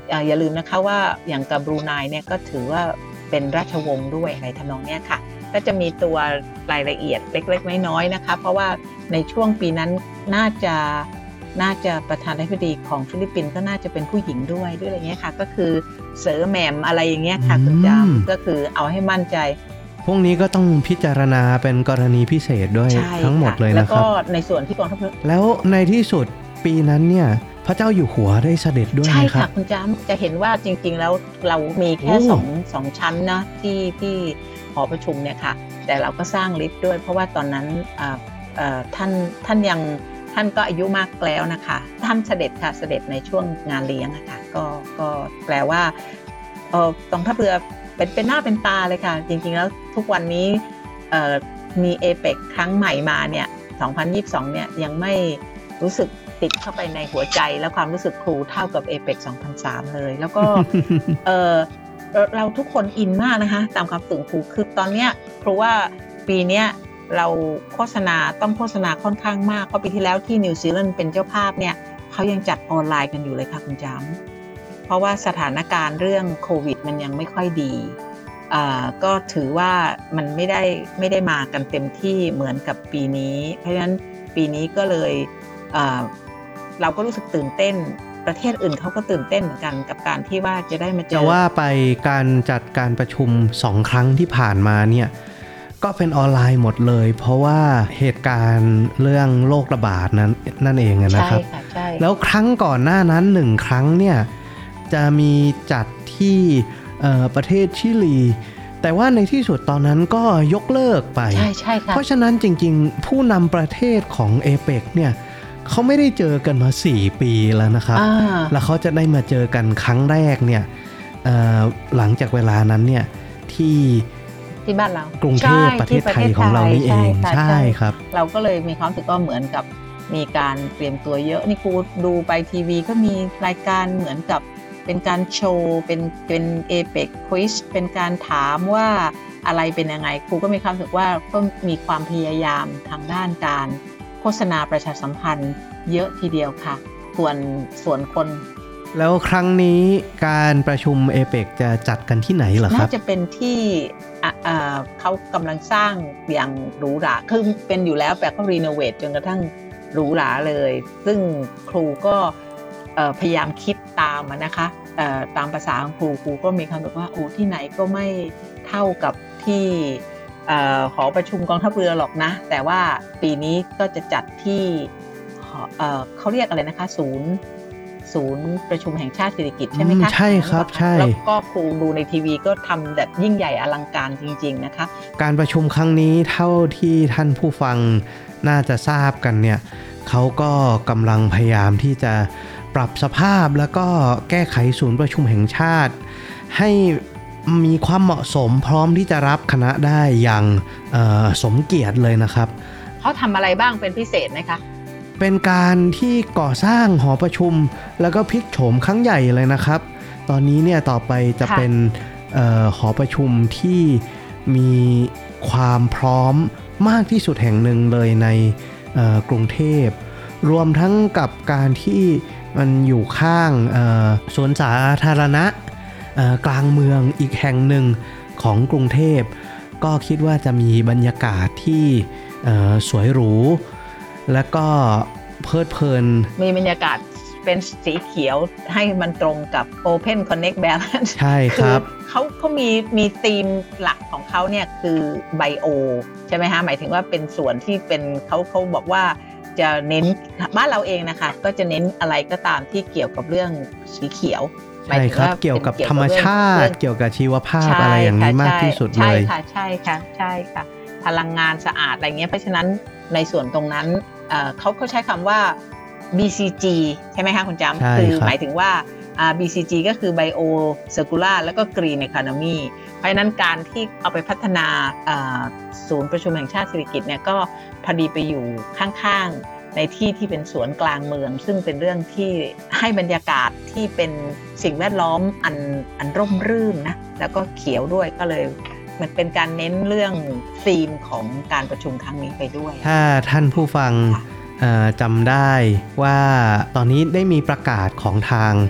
อย่าลืมนะคะว่าอย่างกับบรูไนเนี่ยก็ถือว่าเป็นราชวงศ์ด้วยอะไรทำนองเนี้ยค่ะก็จะมีตัวรายละเอียดเล็กๆน้อยๆนะคะเพราะว่าในช่วงปีนั้นน่าจะน่าจะประธานาธิบดีของฟิลิปปินส์ก็น่าจะเป็นผู้หญิงด้วยด้วยอะไรเงี้ยค่ะก็คือเสอแหม่มอะไรอย่างเงี้ยค่ะคุณจำก็คือเอาให้มั่นใจพวกนี้ก็ต้องพิจารณาเป็นกรณีพิเศษด้วยทั้งหมดเลยนะครับแล้วก็ในส่วนที่กองทัพเรือแล้วในที่สุดปีนั้นเนี่ยพระเจ้าอยู่หัวได้เสด็จด้วยนะครับใช่ค่ะคุณจำจะเห็นว่าจริงๆแล้วเรามีแค่สองสองชั้นนะที่ที่หอประชุมเนี่ยค่ะแต่เราก็สร้างลิฟต์ด้วยเพราะว่าตอนนั้นท่านท่านยังท่านก็อายุมากแล้วนะคะท่านเสด็จค่ะเสด็จในช่วงงานเลี้ยงอะค่ะก็ก็แปลว่ากองทัพเรือเป็นเป็นหน้าเป็นตาเลยค่ะจริงๆแล้วทุกวันนี้มี เอ เปค ครั้งใหม่มาเนี่ยสองพันยี่สิบสองเนี่ยยังไม่รู้สึกติดเข้าไปในหัวใจและความรู้สึกครูเท่ากับ เอ เปค สองพันสามเลยแล้วก็ เออเราทุกคนอินมากนะคะตามความตื่นครูคือตอนเนี้ยครูว่าปีเนี้ยเราโฆษณาต้องโฆษณาค่อนข้างมากเพราะปีที่แล้วที่นิวซีแลนด์เป็นเจ้าภาพเนี่ยเขายังจัดออนไลน์กันอยู่เลยค่ะคุณจำเพราะว่าสถานการณ์เรื่องโควิดมันยังไม่ค่อยดีอ่าก็ถือว่ามันไม่ได้ไม่ได้มากันเต็มที่เหมือนกับปีนี้เพราะฉะนั้นปีนี้ก็เลยอ่าเราก็รู้สึกตื่นเต้นประเทศอื่นเขาก็ตื่นเต้นเหมือนกันกับการที่ว่าจะได้มาเจอจะว่าไปการจัดการประชุมสองครั้งที่ผ่านมาเนี่ยก็เป็นออนไลน์หมดเลยเพราะว่าเหตุการณ์เรื่องโรคระบาดนั้นนั่นเองนะครับใช่ค่ะใช่แล้วครั้งก่อนหน้านั้นหนึ่งครั้งเนี่ยจะมีจัดที่ประเทศชิลีแต่ว่าในที่สุดตอนนั้นก็ยกเลิกไปใช่ใช่ค่ะเพราะฉะนั้นจริงๆผู้นำประเทศของ เอ เปค เนี่ยเขาไม่ได้เจอกันมาสี่ปีแล้วนะครับแล้วเขาจะได้มาเจอกันครั้งแรกเนี่ยหลังจากเวลานั้นเนี่ยที่ที่บ้านเรากรุงเทพประเทศไทยของเรานี่เองใช่ครับเราก็เลยมีความรู้สึกก็เหมือนกับมีการเตรียมตัวเยอะนี่ครูดูไปทีวีก็มีรายการเหมือนกับเป็นการโชว์เป็นเป็นเอเปกควิซเป็นการถามว่าอะไรเป็นยังไงครูก็มีความรู้สึกว่าก็มีความพยายามทางด้านการโฆษณาประชาสัมพันธ์เยอะทีเดียวค่ะส่วนส่วนคนแล้วครั้งนี้การประชุม เอ เปค จะจัดกันที่ไหนเหรอครับน่าจะเป็นที่เขากำลังสร้างอย่างหรูหราคือเป็นอยู่แล้วแต่เขารีโนเวทจนกระทั่งหรูหราเลยซึ่งครูก็พยายามคิดตามนะคะตามภาษาของครูครูก็มีความรู้สึกว่าโอ้ที่ไหนก็ไม่เท่ากับที่หอประชุมกองทัพเรือหรอกนะแต่ว่าปีนี้ก็จะจัดที่เขาเรียกอะไรนะคะศูนย์ศูนย์ประชุมแห่งชาติสิริกิติ์ใช่ไหมคะใช่ครับใช่แล้วก็ครูดูในทีวีก็ทำแบบยิ่งใหญ่อลังการจริงๆนะคะการประชุมครั้งนี้เท่าที่ท่านผู้ฟังน่าจะทราบกันเนี่ยเขาก็กำลังพยายามที่จะปรับสภาพแล้วก็แก้ไขศูนย์ประชุมแห่งชาติให้มีความเหมาะสมพร้อมที่จะรับคณะได้อย่างสมเกียรติเลยนะครับเขาทำอะไรบ้างเป็นพิเศษไหมคะเป็นการที่ก่อสร้างหอประชุมแล้วก็พลิกโฉมครั้งใหญ่เลยนะครับตอนนี้เนี่ยต่อไปจะเป็นเอ่อหอประชุมที่มีความพร้อมมากที่สุดแห่งหนึ่งเลยในกรุงเทพรวมทั้งกับการที่มันอยู่ข้างสวนสาธารณะกลางเมืองอีกแห่งหนึ่งของกรุงเทพก็คิดว่าจะมีบรรยากาศที่สวยหรูแล้วก็เพลิดเพลินมีบรรยากาศเป็นสีเขียวให้มันตรงกับ Open Connect Balance ใช่ครับเขาเขามีมีธีมหลักของเขาเนี่ยคือไบโอใช่ไหมฮะหมายถึงว่าเป็นส่วนที่เป็นเขาเขาบอกว่าจะเน้นบ้านเราเองนะคะก็จะเน้นอะไรก็ตามที่เกี่ยวกับเรื่องสีเขียวใช่ครับเกี่ยวกับธรรมชาติเกี่ยวกับชีวภาพอะไรอย่างนี้มากที่สุดเลยใช่ค่ะใช่ค่ะใช่ค่ะพลังงานสะอาดอะไรเงี้ยเพราะฉะนั้นในส่วนตรงนั้นเขาเขาใช้คำว่า บี ซี จี ใช่ไหมคะคุณจำคือหมายถึงว่า บี ซี จี ก็คือ Bio Circular แล้วก็ Green Economy เพราะฉะนั้นการที่เอาไปพัฒนาศูนย์ประชุมแห่งชาติสิริกิติ์เนี่ยก็พอดีไปอยู่ข้างๆในที่ที่เป็นสวนกลางเมืองซึ่งเป็นเรื่องที่ให้บรรยากาศที่เป็นสิ่งแวดล้อมอันอันร่มรื่นนะแล้วก็เขียวด้วยก็เลยมันเป็นการเน้นเรื่องธีมของการประชุมครั้งนี้ไปด้วยถ้าท่านผู้ฟังจำได้ว่าตอนนี้ได้มีประกาศของทาง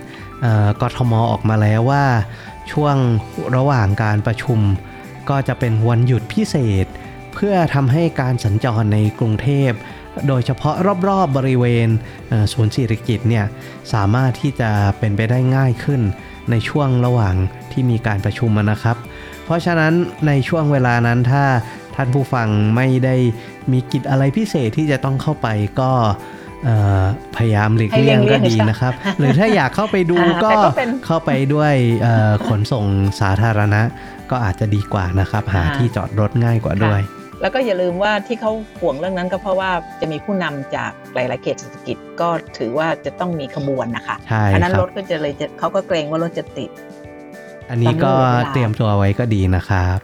กทม.ออกมาแล้วว่าช่วงระหว่างการประชุมก็จะเป็นวันหยุดพิเศษเพื่อทำให้การสัญจรในกรุงเทพโดยเฉพาะรอบๆบริเวณศูนย์เศรษฐกิจเนี่ยสามารถที่จะเป็นไปได้ง่ายขึ้นในช่วงระหว่างที่มีการประชุมนะครับเพราะฉะนั้นในช่วงเวลานั้นถ้าท่านผู้ฟังไม่ได้มีกิจอะไรพิเศษที่จะต้องเข้าไปก็พยายามหลีกเลี่ยงก็ดีนะครับหรือถ้าอยากเข้าไปดูก็เข้าไปด้วยขนส่งสาธารณะก็อาจจะดีกว่านะครับหาที่จอดรถง่ายกว่าด้วยแล้วก็อย่าลืมว่าที่เขาห่วงเรื่องนั้นก็เพราะว่าจะมีผู้นำจากหลายๆเขตเศรษฐกิจก็ถือว่าจะต้องมีขบวนนะคะอันนั้นรถก็จะเลยเขาก็เกรงว่ารถจะติดอันนี้ก็เตรียมตัวไว้ก็ดีนะครับ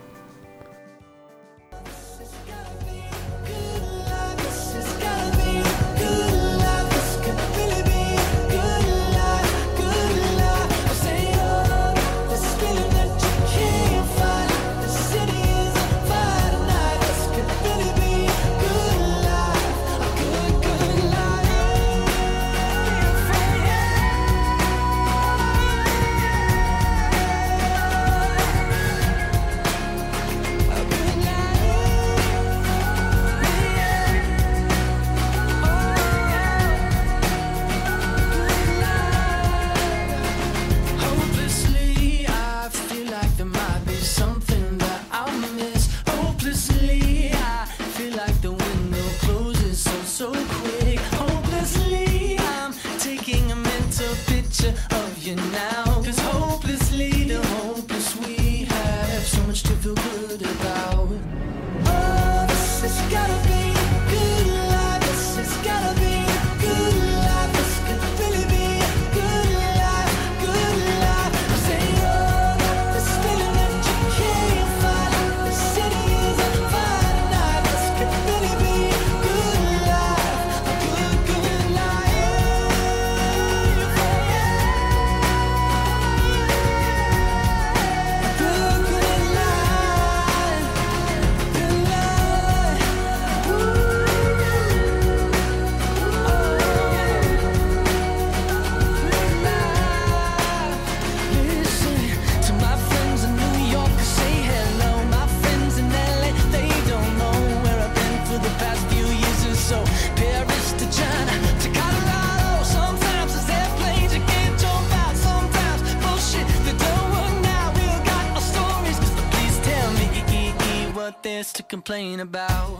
to complain about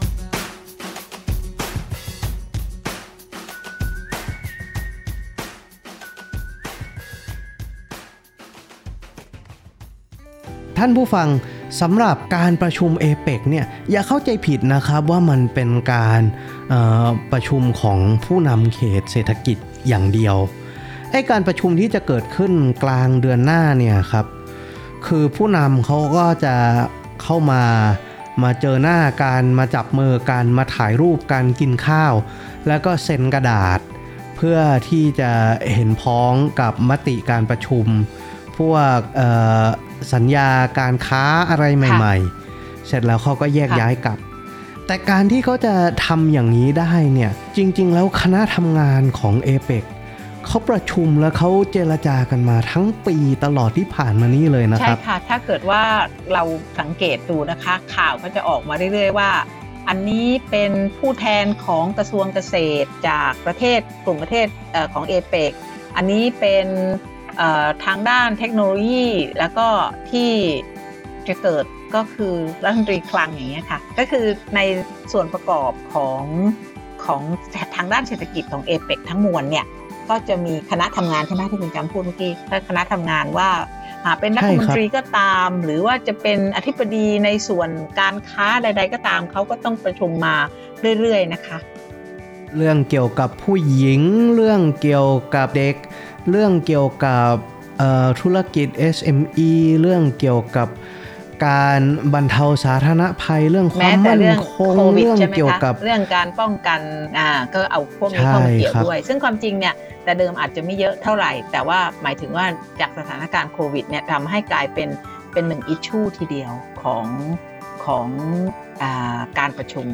ท่านผู้ฟังสำหรับการประชุม เอเปก เนี่ยอย่าเข้าใจผิดนะครับว่ามันเป็นการประชุมของผู้นำเขตเศรษฐกิจอย่างเดียวไอ้การประชุมที่จะเกิดขึ้นกลางเดือนหน้าเนี่ยครับคือผู้นำเขาก็จะเข้ามามาเจอหน้ากันมาจับมือกันมาถ่ายรูปกันกินข้าวแล้วก็เซ็นกระดาษเพื่อที่จะเห็นพ้องกับมติการประชุมพวกสัญญาการค้าอะไรใหม่ๆเสร็จแล้วเขาก็แยกย้ายกลับแต่การที่เขาจะทำอย่างนี้ได้เนี่ยจริงๆแล้วคณะทำงานของ เอเปก เขาประชุมแล้วเขาเจรจากันมาทั้งปีตลอดที่ผ่านมานี้เลยนะครับใช่ค่ะถ้าเกิดว่าเราสังเกตดูนะคะข่าวก็จะออกมาเรื่อยๆว่าอันนี้เป็นผู้แทนของกระทรวงเกษตรจากประเทศกลุ่มประเทศของ เอเปก อันนี้เป็นทางด้านเทคโนโลยีแล้วก็ที่จะเกิดก็คือรัฐมนตรีคลังอย่างเงี้ยค่ะก็คือในส่วนประกอบของของทางด้านเศรษฐกิจของ เอเปก ทั้งมวลเนี่ยก็จะมีคณะทำงานใช่ไหมที่คุณจำพูดเมื่อกี้คณะทำงานว่าหาเป็นรัฐมนตรีก็ตามหรือว่าจะเป็นอธิบดีในส่วนการค้าใดๆก็ตามเขาก็ต้องประชุมมาเรื่อยๆนะคะเรื่องเกี่ยวกับผู้หญิงเรื่องเกี่ยวกับเด็กเรื่องเกี่ยวกับธุรกิจ เอส เอ็ม อี เรื่องเกี่ยวกับการบรรเทาสาธารณภัยเรื่องความมั่นคงเรื่องเกี่ยวกับเรื่องการป้องกันอ่าก็เอาพวกนี้เข้ามาเกี่ยวด้วยซึ่งความจริงเนี่ยแต่เดิมอาจจะไม่เยอะเท่าไหร่แต่ว่าหมายถึงว่าจากสถานการณ์โควิดเนี่ยทำให้กลายเป็นเป็นหนึ่งอิชชูทีเดียวของของอ่าการประชุม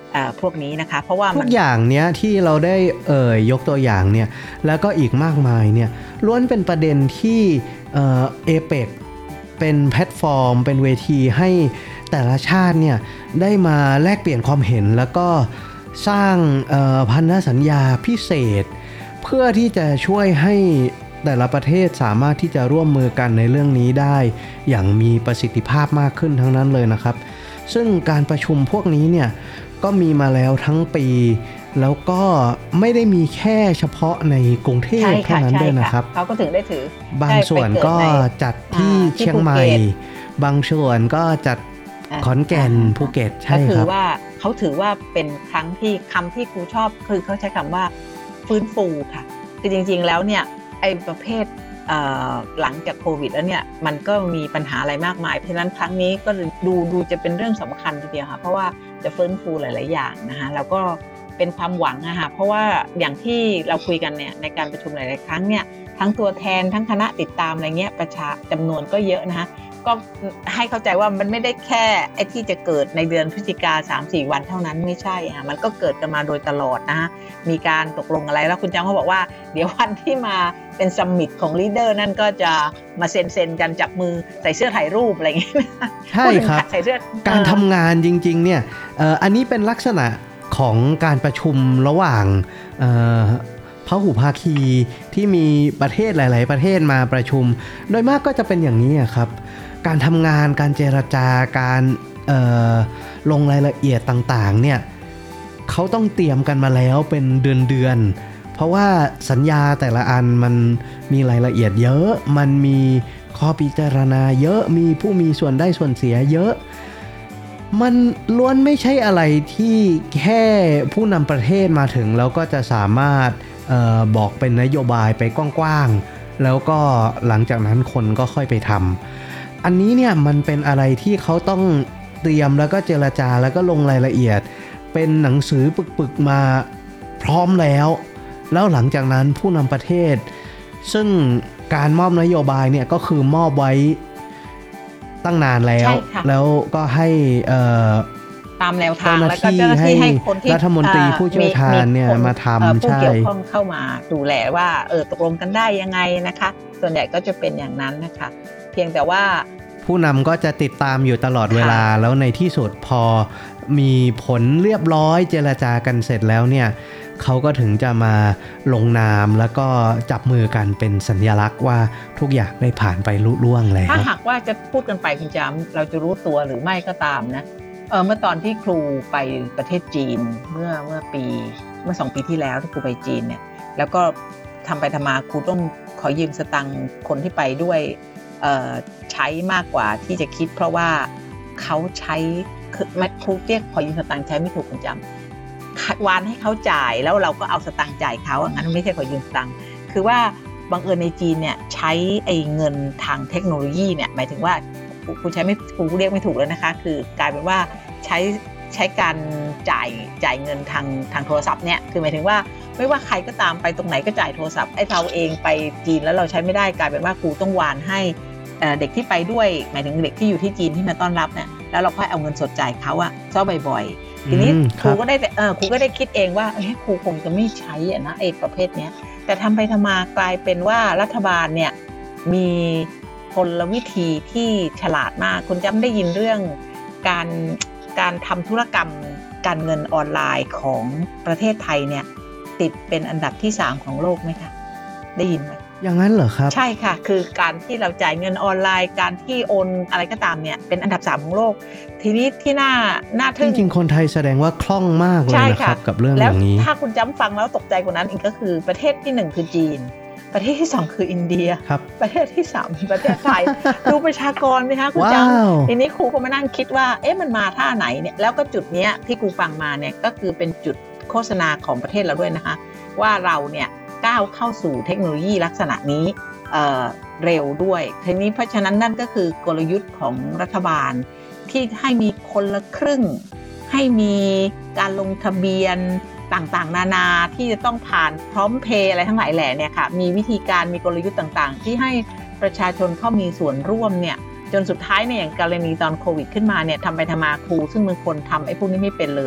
พวกนี้นะคะเพราะว่าทุกอย่างเนี้ยที่เราได้เอ่ยยกตัวอย่างเนี่ยแล้วก็อีกมากมายเนี่ยล้วนเป็นประเด็นที่เอ่อ เอ เปค เป็นแพลตฟอร์มเป็นเวทีให้แต่ละชาติเนี่ยได้มาแลกเปลี่ยนความเห็นแล้วก็สร้างเอ่อพันธสัญญาพิเศษเพื่อที่จะช่วยให้แต่ละประเทศสามารถที่จะร่วมมือกันในเรื่องนี้ได้อย่างมีประสิทธิภาพมากขึ้นทั้งนั้นเลยนะครับซึ่งการประชุมพวกนี้เนี่ยก็มีมาแล้วทั้งปีแล้วก็ไม่ได้มีแค่เฉพาะในกรุงเทพเท่านั้นด้วยนะครับเขาก็ถึงได้ถือบางส่วนก็จัดที่เชียงใหม่บางส่วนก็จัดขอนแก่นภูเก็ตใช่ครับก็คือว่าเขาถือว่าเป็นครั้งที่คำที่ครูชอบคือเขาใช้คำว่าฟื้นฟูค่ะคือจริงๆแล้วเนี่ยไอ้ประเภทหลังจากโควิดแล้วเนี่ยมันก็มีปัญหาอะไรมากมายเพราะฉะนั้นครั้งนี้ก็ดูดูจะเป็นเรื่องสำคัญทีเดียวค่ะเพราะว่าจะฟื้นฟูหลายๆอย่างนะคะแล้วก็เป็นความหวังนะคะเพราะว่าอย่างที่เราคุยกันเนี่ยในการประชุมหลายๆครั้งเนี่ยทั้งตัวแทนทั้งคณะติดตามอะไรเงี้ยประชาจำนวนก็เยอะนะคะก็ให้เข้าใจว่ามันไม่ได้แค่ไอ้ที่จะเกิดในเดือนพฤศจิกา สามถึงสี่ วันเท่านั้นไม่ใช่ค่ะมันก็เกิดกันมาโดยตลอดนะมีการตกลงอะไรแล้วคุณจังเขาบอกว่าเดี๋ยววันที่มาเป็นซัมมิตของลีดเดอร์นั่นก็จะมาเซ็นเซ็นกันจับมือใส่เสื้อถ่ายรูปอะไรอย่างเงี้ยใช่ครับใส่เสื้อการทำงานจริงๆเนี่ยอันนี้เป็นลักษณะของการประชุมระหว่างพหุภาคีที่มีประเทศหลายๆประเทศมาประชุมโดยมากก็จะเป็นอย่างนี้ครับการทำงานการเจรจาการลงรายละเอียดต่างๆเนี่ยเขาต้องเตรียมกันมาแล้วเป็นเดือนๆเพราะว่าสัญญาแต่ละอันมันมีรายละเอียดเยอะมันมีข้อพิจารณาเยอะมีผู้มีส่วนได้ส่วนเสียเยอะมันล้วนไม่ใช่อะไรที่แค่ผู้นำประเทศมาถึงแล้วก็จะสามารถเอ่อบอกเป็นนโยบายไปกว้างๆแล้วก็หลังจากนั้นคนก็ค่อยไปทำอันนี้เนี่ยมันเป็นอะไรที่เขาต้องเตรียมแล้วก็เจรจาแล้วก็ลงรายละเอียดเป็นหนังสือปึกๆมาพร้อมแล้วแล้วหลังจากนั้นผู้นำประเทศซึ่งการมอบนโยบายเนี่ยก็คือมอบไว้ตั้งนานแล้วแล้วก็ให้ตามแนวทางแล้วก็เจ้าหน้าที่ให้คนที่รัฐมนตรีผู้เชี่ยวชาญเนี่ยมาทำผู้เกี่ยวข้องเข้ามาดูแลว่าเออตกลงกันได้ยังไงนะคะส่วนใหญ่ก็จะเป็นอย่างนั้นนะคะเพียงแต่ว่าผู้นำก็จะติดตามอยู่ตลอดเวลาแล้วในที่สุดพอมีผลเรียบร้อยเจรจากันเสร็จแล้วเนี่ยเขาก็ถึงจะมาลงนามแล้วก็จับมือกันเป็นสัญลักษณ์ว่าทุกอย่างได้ผ่านไปลุล่วงแล้วถ้าหากว่าจะพูดกันไปคุณจำเราจะรู้ตัวหรือไม่ก็ตามนะเออเมื่อตอนที่ครูไปประเทศจีนเมื่อเมื่อปีเมื่อสองปีที่แล้วที่ครูไปจีนเนี่ยแล้วก็ทำไปทำมาครูต้องขอยืมสตังค์คนที่ไปด้วยเอ่อใช้มากกว่าที่จะคิดเพราะว่าเขาใช้ครูเรียกขอยืมสตังค์ใช้ไม่ถูกคุณจำวานให้เขาจ่ายแล้วเราก็เอาสตังค์จ่ายเขางั้นไม่ใช่ขอยืมสตังค์คือว่าบังเอิญในจีนเนี่ยใช้ไอ้เงินทางเทคโนโลยีเนี่ยหมายถึงว่าครูใช้ไม่ครูเรียกไม่ถูกแล้วนะคะคือกลายเป็นว่าใช้ใช้การจ่ายจ่ายเงินทางทางโทรศัพท์เนี่ยคือหมายถึงว่าไม่ว่าใครก็ตามไปตรงไหนก็จ่ายโทรศัพท์ไอ้เราเองไปจีนแล้วเราใช้ไม่ได้กลายเป็นว่าครูต้องวานให้เด็กที่ไปด้วยหมายถึงเด็กที่อยู่ที่จีนที่มาต้อนรับเนี่ยแล้วเราค่อยเอาเงินสดจ่ายเขาอะซ้อบ่อยๆทีนี้ครูก็ได้เออครูก็ได้คิดเองว่าเฮ้ยครูคงจะไม่ใช้อะนะไอ้ประเภทเนี้ยแต่ทำไปทำมากลายเป็นว่ารัฐบาลเนี่ยมีกลวิธีที่ฉลาดมากคุณจำได้ยินเรื่องการการทำธุรกรรมการเงินออนไลน์ของประเทศไทยเนี่ยติดเป็นอันดับที่สามของโลกไหมคะได้ยินไหมอย่างนั้นเหรอครับใช่ค่ะคือการที่เราจ่ายเงินออนไลน์การที่โอนอะไรก็ตามเนี่ยเป็นอันดับสามของโลกทีนี้ที่น่าน่าทึ่งจริงๆคนไทยแสดงว่าคล่องมากเลยนะครับกับเรื่องอย่างนี้แล้วถ้าคุณจำฟังแล้วตกใจกว่านั้นอีกก็คือประเทศที่หนึ่งคือจีนประเทศที่สองคืออินเดียประเทศที่สามประเทศไทย ดูประชากรไหมคะคุณจังทีนี้ครูก็มานั่งคิดว่าเอ๊ะมันมาท่าไหนเนี่ยแล้วก็จุดเนี้ยที่ครูฟังมาเนี่ยก็คือเป็นจุดโฆษณาของประเทศเราด้วยนะคะว่าเราเนี่ยก้าวเข้าสู่เทคโนโลยีลักษณะนี้ เอ่อ เร็วด้วยทีนี้เพราะฉะนั้นนั่นก็คือกลยุทธ์ของรัฐบาลที่ให้มีคนละครึ่งให้มีการลงทะเบียนต่างๆนานาที่จะต้องผ่านพร้อมเพย์อะไรทั้งหลายแหล่เนี่ยค่ะมีวิธีการมีกลยุทธ์ต่างๆที่ให้ประชาชนเข้ามีส่วนร่วมเนี่ยจนสุดท้ายเนี่ยอย่างกรณีตอนโควิดขึ้นมาเนี่ยทำไปทำมาครูซึ่งบางคนทำไอ้พวกนี้ไม่เป็นเลย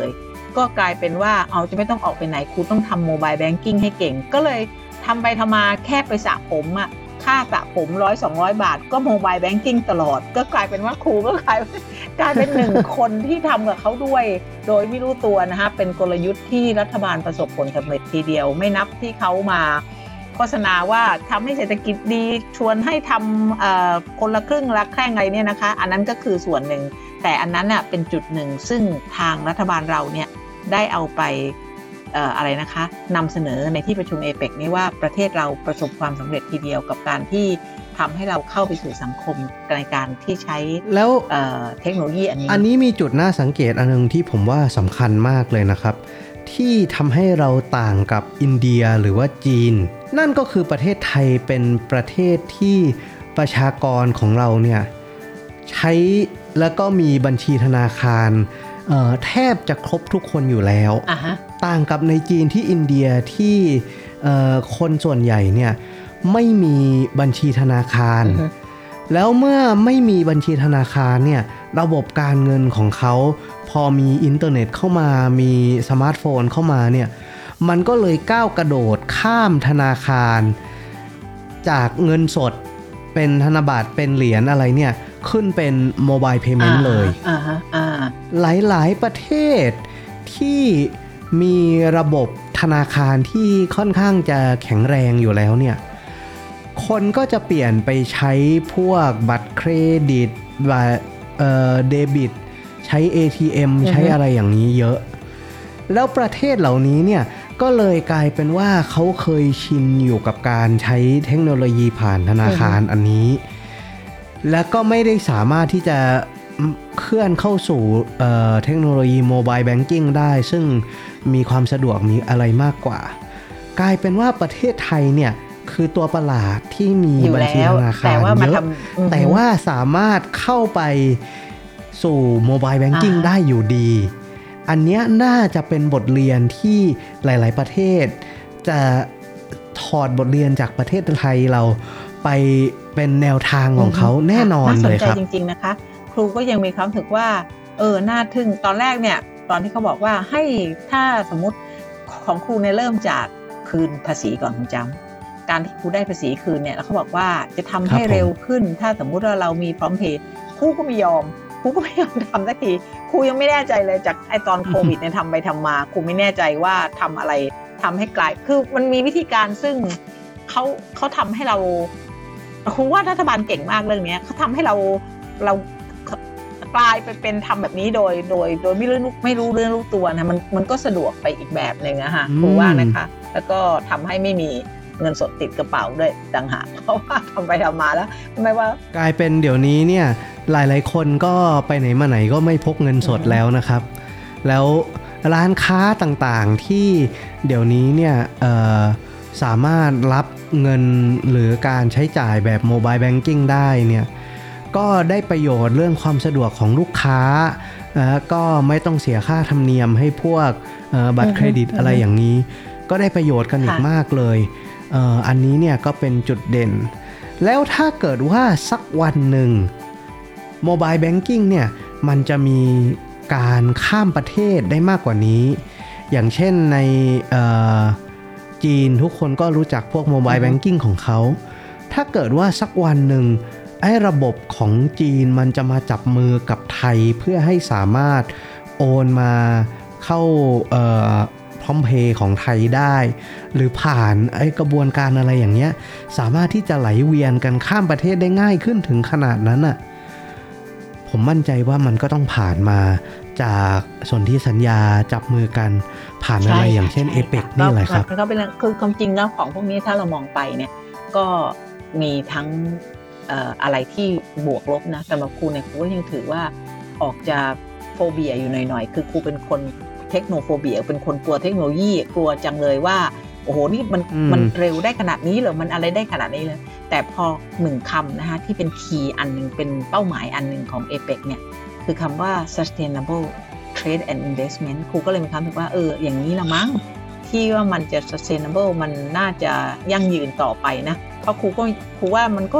ก็กลายเป็นว่าเอาจะไม่ต้องออกไปไหนครูต้องทำโมบายแบงกิ้งให้เก่งก็เลยทำไปทำมาแค่ไปสระผมอะค่าสระผมร้อยสองร้อยบาทก็โมบายแบงกิ้งตลอดก็กลายเป็นว่าครูก็กลายกลายเป็นหนึ่งคนที่ทำกับเขาด้วยโดยไม่รู้ตัวนะคะเป็นกลยุทธ์ที่รัฐบาลประสบผลสำเร็จทีเดียวไม่นับที่เขามาโฆษณาว่าทำให้เศรษฐกิจดีชวนให้ทำคนละครึ่งละแคร่งอะไรเนี่ยนะคะอันนั้นก็คือส่วนหนึ่งแต่อันนั้นน่ะเป็นจุดหนึ่งซึ่งทางรัฐบาลเราเนี่ยได้เอาไปเอ่ออะไรนะคะนำเสนอในที่ประชุม เอ เปค นี้ว่าประเทศเราประสบความสำเร็จทีเดียวกับการที่ทำให้เราเข้าไปสู่สังคมในการที่ใช้แล้วเอ่อเทคโนโลยีอันนี้อันนี้มีจุดน่าสังเกตอันนึงที่ผมว่าสำคัญมากเลยนะครับที่ทำให้เราต่างกับอินเดียหรือว่าจีนนั่นก็คือประเทศไทยเป็นประเทศที่ประชากรของเราเนี่ยใช้แล้วก็มีบัญชีธนาคารเอ่อแทบจะครบทุกคนอยู่แล้ว uh-huh. ต่างกับในจีนที่อินเดียที่เอ่อคนส่วนใหญ่เนี่ยไม่มีบัญชีธนาคาร uh-huh. แล้วเมื่อไม่มีบัญชีธนาคารเนี่ยระบบการเงินของเขาพอมีอินเทอร์เน็ตเข้ามามีสมาร์ทโฟนเข้ามาเนี่ยมันก็เลยก้าวกระโดดข้ามธนาคารจากเงินสดเป็นธนบัตรเป็นเหรียญอะไรเนี่ยขึ้นเป็นโมบายเพย์เมนต์เลยหลายๆประเทศที่มีระบบธนาคารที่ค่อนข้างจะแข็งแรงอยู่แล้วเนี่ยคนก็จะเปลี่ยนไปใช้พวกบัตรเครดิตบัตรเอ่อเดบิตใช้ เอ ที เอ็ม ใช้อะไรอย่างนี้เยอะแล้วประเทศเหล่านี้เนี่ยก็เลยกลายเป็นว่าเขาเคยชินอยู่กับการใช้เทคโนโลยีผ่านธนาคารอันนี้แล้วก็ไม่ได้สามารถที่จะเคลื่อนเข้าสู่เอ่อเทคโนโลยีโมบายแบงกิ้งได้ซึ่งมีความสะดวกมีอะไรมากกว่ากลายเป็นว่าประเทศไทยเนี่ยคือตัวประหลาดที่มีบัญชีธนาคารเยอะแต่ว่าสามารถเข้าไปสู่โมบายแบงกิ้งได้อยู่ดีอันเนี้ยน่าจะเป็นบทเรียนที่หลายๆประเทศจะถอดบทเรียนจากประเทศไทยเราไปเป็นแนวทางของเขาแน่นอนเลยครับน่าสนใจจริงๆนะคะครูก็ยังมีความรู้สึกว่าเออน่าทึ่งตอนแรกเนี่ยตอนที่เขาบอกว่าให้ถ้าสมมุติของครูเนี่ยเริ่มจากคืนภาษีก่อนคุณจำการที่ครูได้ภาษีคืนเนี่ยแล้วเขาบอกว่าจะทำให้เร็วขึ้นถ้าสมมุติว่าเรามีพร้อมเพย์ครูก็ไม่ยอมครูก็ไม่ยอมทำสักทีครูยังไม่แน่ใจเลยจากไอตอนโควิดเนี่ยทำไปทำมาครูไม่แน่ใจว่าทำอะไรทำให้กลายคือมันมีวิธีการซึ่งเขาเขาทำให้เราครูว่ารัฐบาลเก่งมากเรื่องนี้เขาทำให้เราเรากลายไปเป็นทำแบบนี้โดยโดยโดยไม่รู้ไม่รู้เรื่องรู้ตัวนะมันมันก็สะดวกไปอีกแบบนึงนะฮะครูว่านะคะแล้วก็ทำให้ไม่มีเงินสดติดกระเป๋าด้วยต่างหากเพราะว่าทำไปทำมาแล้วไม่ว่ากลายเป็นเดี๋ยวนี้เนี่ยหลายๆคนก็ไปไหนมาไหนก็ไม่พกเงินสดแล้วนะครับแล้วร้านค้าต่างๆที่เดี๋ยวนี้เนี่ยเอ่อสามารถรับเงินหรือการใช้จ่ายแบบโมบายแบงกิ้งได้เนี่ยก็ได้ประโยชน์เรื่องความสะดวกของลูกค้าแล้วก็ไม่ต้องเสียค่าธรรมเนียมให้พวกบัตรเครดิตอะไรอย่างนี้ก็ได้ประโยชน์กันอีกมากเลยเอ่ออันนี้เนี่ยก็เป็นจุดเด่นแล้วถ้าเกิดว่าสักวันหนึ่งโมบายแบงกิ้งเนี่ยมันจะมีการข้ามประเทศได้มากกว่านี้อย่างเช่นในเอ่อจีนทุกคนก็รู้จักพวกโมบายแบงกิ้งของเขาถ้าเกิดว่าสักวันหนึ่งไอ้ระบบของจีนมันจะมาจับมือกับไทยเพื่อให้สามารถโอนมาเข้าเอ่อพร้อมเพย์ของไทยได้หรือผ่านไอ้กระบวนการอะไรอย่างเงี้ยสามารถที่จะไหลเวียนกันข้ามประเทศได้ง่ายขึ้นถึงขนาดนั้นน่ะผมมั่นใจว่ามันก็ต้องผ่านมาจากสนธิสัญญาจับมือกันผ่านอะไรอย่างเช่น เอ เปค นี่แหละครับก็เป็นคือความจริงแล้วของพวกนี้ถ้าเรามองไปเนี่ยก็มีทั้งเอ่ออะไรที่บวกลบนะแต่มาครูเนี่ยครูก็ยังถือว่าออกจะโฟเบียอยู่หน่อยๆคือครูเป็นคนเทคโนโฟเบียเป็นคนกลัวเทคโนโลยีกลัวจังเลยว่าโอ้โหนี่มันมันเร็วได้ขนาดนี้เหรอมันอะไรได้ขนาดนี้เลยแต่พอหนึ่งคำนะคะที่เป็นคีย์อันนึงเป็นเป้าหมายอันนึงของ เอ เปค เนี่ยคือคำว่า sustainable trade and investment ครูก็เลยมีความรู้สึกว่าเอออย่างนี้ละมั้งที่ว่ามันจะ sustainable มันน่าจะยั่งยืนต่อไปนะเพราะครูก็ครูว่ามันก็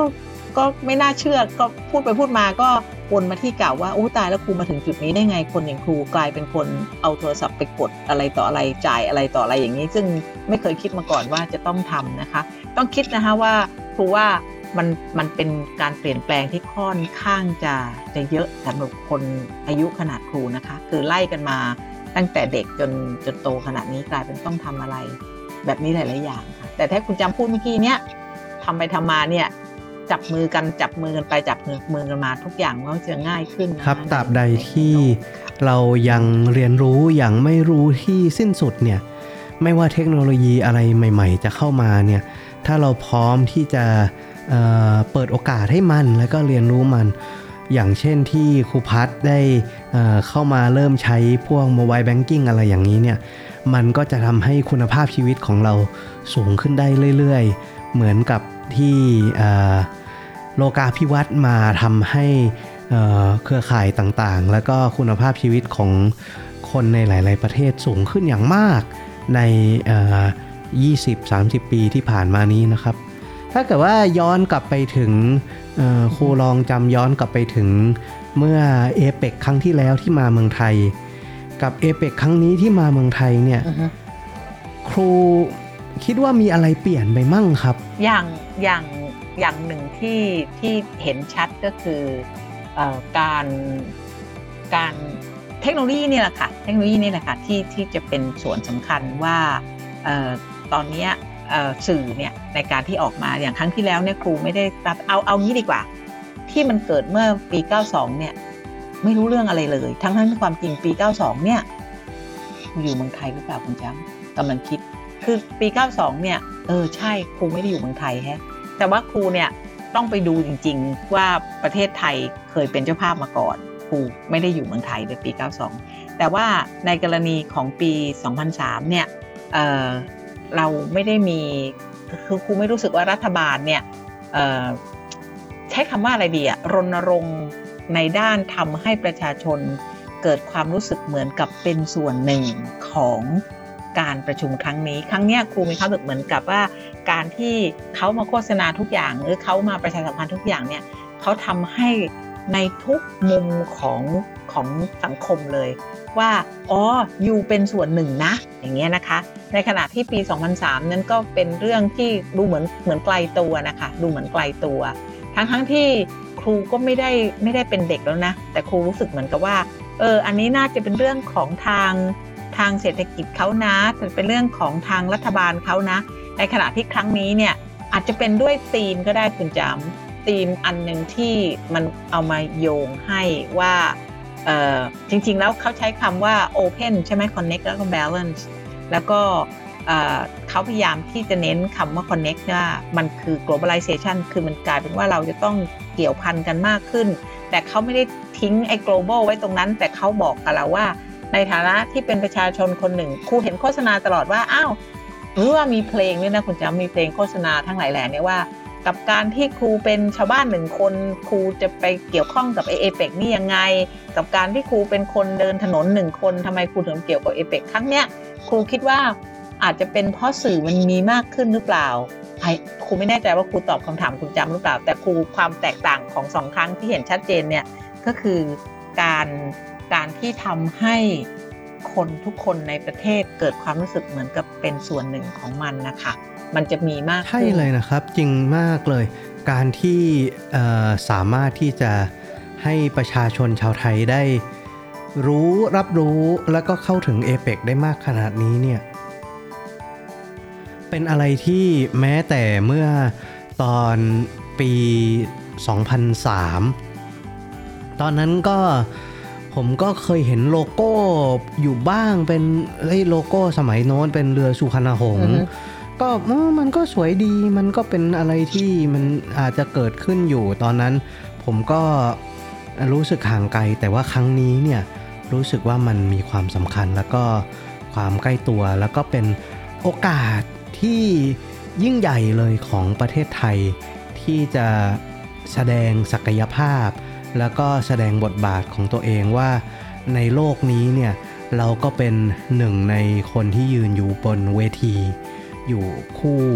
ก็ไม่น่าเชื่อก็พูดไปพูดมาก็วนมาที่เก่าว่าโอ้ตายแล้วครูมาถึงจุดนี้ได้ไงคนอย่างครูกลายเป็นคนเอาโทรศัพท์ไปกดอะไรต่ออะไรจ่ายอะไรต่ออะไรอย่างนี้ซึ่งไม่เคยคิดมาก่อนว่าจะต้องทำนะคะต้องคิดนะคะว่าครูว่ามันมันเป็นการเปลี่ยนแปลงที่ค่อนข้างจะจะเยอะสำหรับคนอายุขนาดครูนะคะคือไล่กันมาตั้งแต่เด็กจนจนโตขนาดนี้กลายเป็นต้องทำอะไรแบบนี้หลายๆอย่างค่ะแต่ถ้าคุณจำพูดเมื่อกี้เนี้ยทำไปทำมาเนี่ยจับมือกันจับมือกันไปจับมือมือกันมาทุกอย่างก็จะง่ายขึ้นครับตราบใดที่เรายังเรียนรู้อย่างไม่รู้ที่สิ้นสุดเนี่ยไม่ว่าเทคโนโลยีอะไรใหม่ๆจะเข้ามาเนี่ยถ้าเราพร้อมที่จะเอ่อเปิดโอกาสให้มันแล้วก็เรียนรู้มันอย่างเช่นที่ครูพัฒน์ได้เอ่อเข้ามาเริ่มใช้พวกโมบายแบงกิ้งอะไรอย่างนี้เนี่ยมันก็จะทำให้คุณภาพชีวิตของเราสูงขึ้นได้เรื่อยๆเหมือนกับที่เอ่อโลกาภิวัตน์มาทำให้เอ่อเครือข่ายต่างๆแล้วก็คุณภาพชีวิตของคนในหลายๆประเทศสูงขึ้นอย่างมากในเอ่อ ยี่สิบถึงสามสิบ ปีที่ผ่านมานี้นะครับถ้าเกิดว่าย้อนกลับไปถึงครูลองจำย้อนกลับไปถึงเมื่อเอเปกครั้งที่แล้วที่มาเมืองไทยกับเอเปกครั้งนี้ที่มาเมืองไทยเนี่ย uh-huh. ครูคิดว่ามีอะไรเปลี่ยนไปมั่งครับอย่างอย่างอย่างหนึ่งที่ที่เห็นชัดก็คือเอ่อการการเทคโนโลยีนี่แหละค่ะเทคโนโลยีนี่แหละค่ะที่ที่จะเป็นส่วนสำคัญว่าเอ่อตอนนี้สื่อเนี่ยในการที่ออกมาอย่างครั้งที่แล้วเนี่ยครูไม่ได้รับเอาเอางี้ดีกว่าที่มันเกิดเมื่อปีเก้าสิบสองเนี่ยไม่รู้เรื่องอะไรเลยทั้งทั้งความจริงปีเก้าสิบสองเนี่ยอยู่เมืองไทยหรือเปล่าคุณจ๊ะกำลังคิดคือปีเก้าสิบสองเนี่ยเออใช่ครูไม่ได้อยู่เมืองไทยแฮะแต่ว่าครูเนี่ยต้องไปดูจริงๆว่าประเทศไทยเคยเป็นเจ้าภาพมาก่อนครูไม่ได้อยู่เมืองไทยในปีเก้าสิบสองแต่ว่าในกรณีของปีสองพันสามเนี่ยเอ่อเราไม่ได้มีคือครูไม่รู้สึกว่ารัฐบาลเนี่ยใช้คำว่าอะไรดีอะรณรงค์ในด้านทำให้ประชาชนเกิดความรู้สึกเหมือนกับเป็นส่วนหนึ่งของการประชุมครั้งนี้ครั้งนี้ครูมีความรู้สึกเหมือนกับว่าการที่เขามาโฆษณาทุกอย่างหรือเขามาประชาสัมพันธ์ทุกอย่างเนี่ยเขาทำให้ในทุกมุมของของสังคมเลยว่าอ๋ออยู่เป็นส่วนหนึ่งนะอย่างเงี้ยนะคะในขณะที่ปีสองพันสามนั้นก็เป็นเรื่องที่ดูเหมือนเหมือนไกลตัวนะคะดูเหมือนไกลตัวทั้งทั้งที่ครูก็ไม่ได้ไม่ได้เป็นเด็กแล้วนะแต่ครูรู้สึกเหมือนกับว่าเอออันนี้น่าจะเป็นเรื่องของทางทางเศรษฐกิจเขานะเป็นเรื่องของทางรัฐบาลเขานะในขณะที่ครั้งนี้เนี่ยอาจจะเป็นด้วยธีมก็ได้คุณจำธีมอันนึงที่มันเอามาโยงให้ว่าเอ่อจริงๆแล้วเขาใช้คำว่า open ใช่ไหม connect แล้วก็ balance แล้วก็เอ่อเขาพยายามที่จะเน้นคำว่า connect ว่ามันคือ globalization คือมันกลายเป็นว่าเราจะต้องเกี่ยวพันกันมากขึ้นแต่เขาไม่ได้ทิ้งไอ้ global ไว้ตรงนั้นแต่เขาบอกกับเราว่าในฐานะที่เป็นประชาชนคนหนึ่งครูเห็นโฆษณาตลอดว่าอ้าวหรือว่ามีเพลงด้วยนะคุณจำมีเพลงโฆษณาทั้งหลายแหล่เนี่ยว่ากับการที่ครูเป็นชาวบ้านหนึ่งคนครูจะไปเกี่ยวข้องกับ เอ เปก นี่ยังไงกับการที่ครูเป็นคนเดินถนนหนึ่งคนทำไมครูถึงเกี่ยวกับ เอ เปก ครั้งเนี้ยครูคิดว่าอาจจะเป็นเพราะสื่อมันมีมากขึ้นหรือเปล่าครูไม่แน่ใจว่าครูตอบคำถามคุณจำหรือเปล่าแต่ครูความแตกต่างของสองครั้งที่เห็นชัดเจนเนี่ยก็คือการการที่ทำให้คนทุกคนในประเทศเกิดความรู้สึกเหมือนกับเป็นส่วนหนึ่งของมันนะคะมันจะมีมากใช่เลยนะครับจริงมากเลยการที่สามารถที่จะให้ประชาชนชาวไทยได้รู้รับรู้แล้วก็เข้าถึง เอ เปก ได้มากขนาดนี้เนี่ยเป็นอะไรที่แม้แต่เมื่อตอนปีสองพันสามตอนนั้นก็ผมก็เคยเห็นโลโก้อยู่บ้างเป็นเอ้ยโลโก้สมัยโน้นเป็นเรือสุพรรณหงส์ก็มันก็สวยดีมันก็เป็นอะไรที่มันอาจจะเกิดขึ้นอยู่ตอนนั้นผมก็รู้สึกห่างไกลแต่ว่าครั้งนี้เนี่ยรู้สึกว่ามันมีความสำคัญแล้วก็ความใกล้ตัวแล้วก็เป็นโอกาสที่ยิ่งใหญ่เลยของประเทศไทยที่จะแสดงศักยภาพแล้วก็แสดงบทบาทของตัวเองว่าในโลกนี้เนี่ยเราก็เป็นหนึ่งในคนที่ยืนอยู่บนเวทีอยู่คู่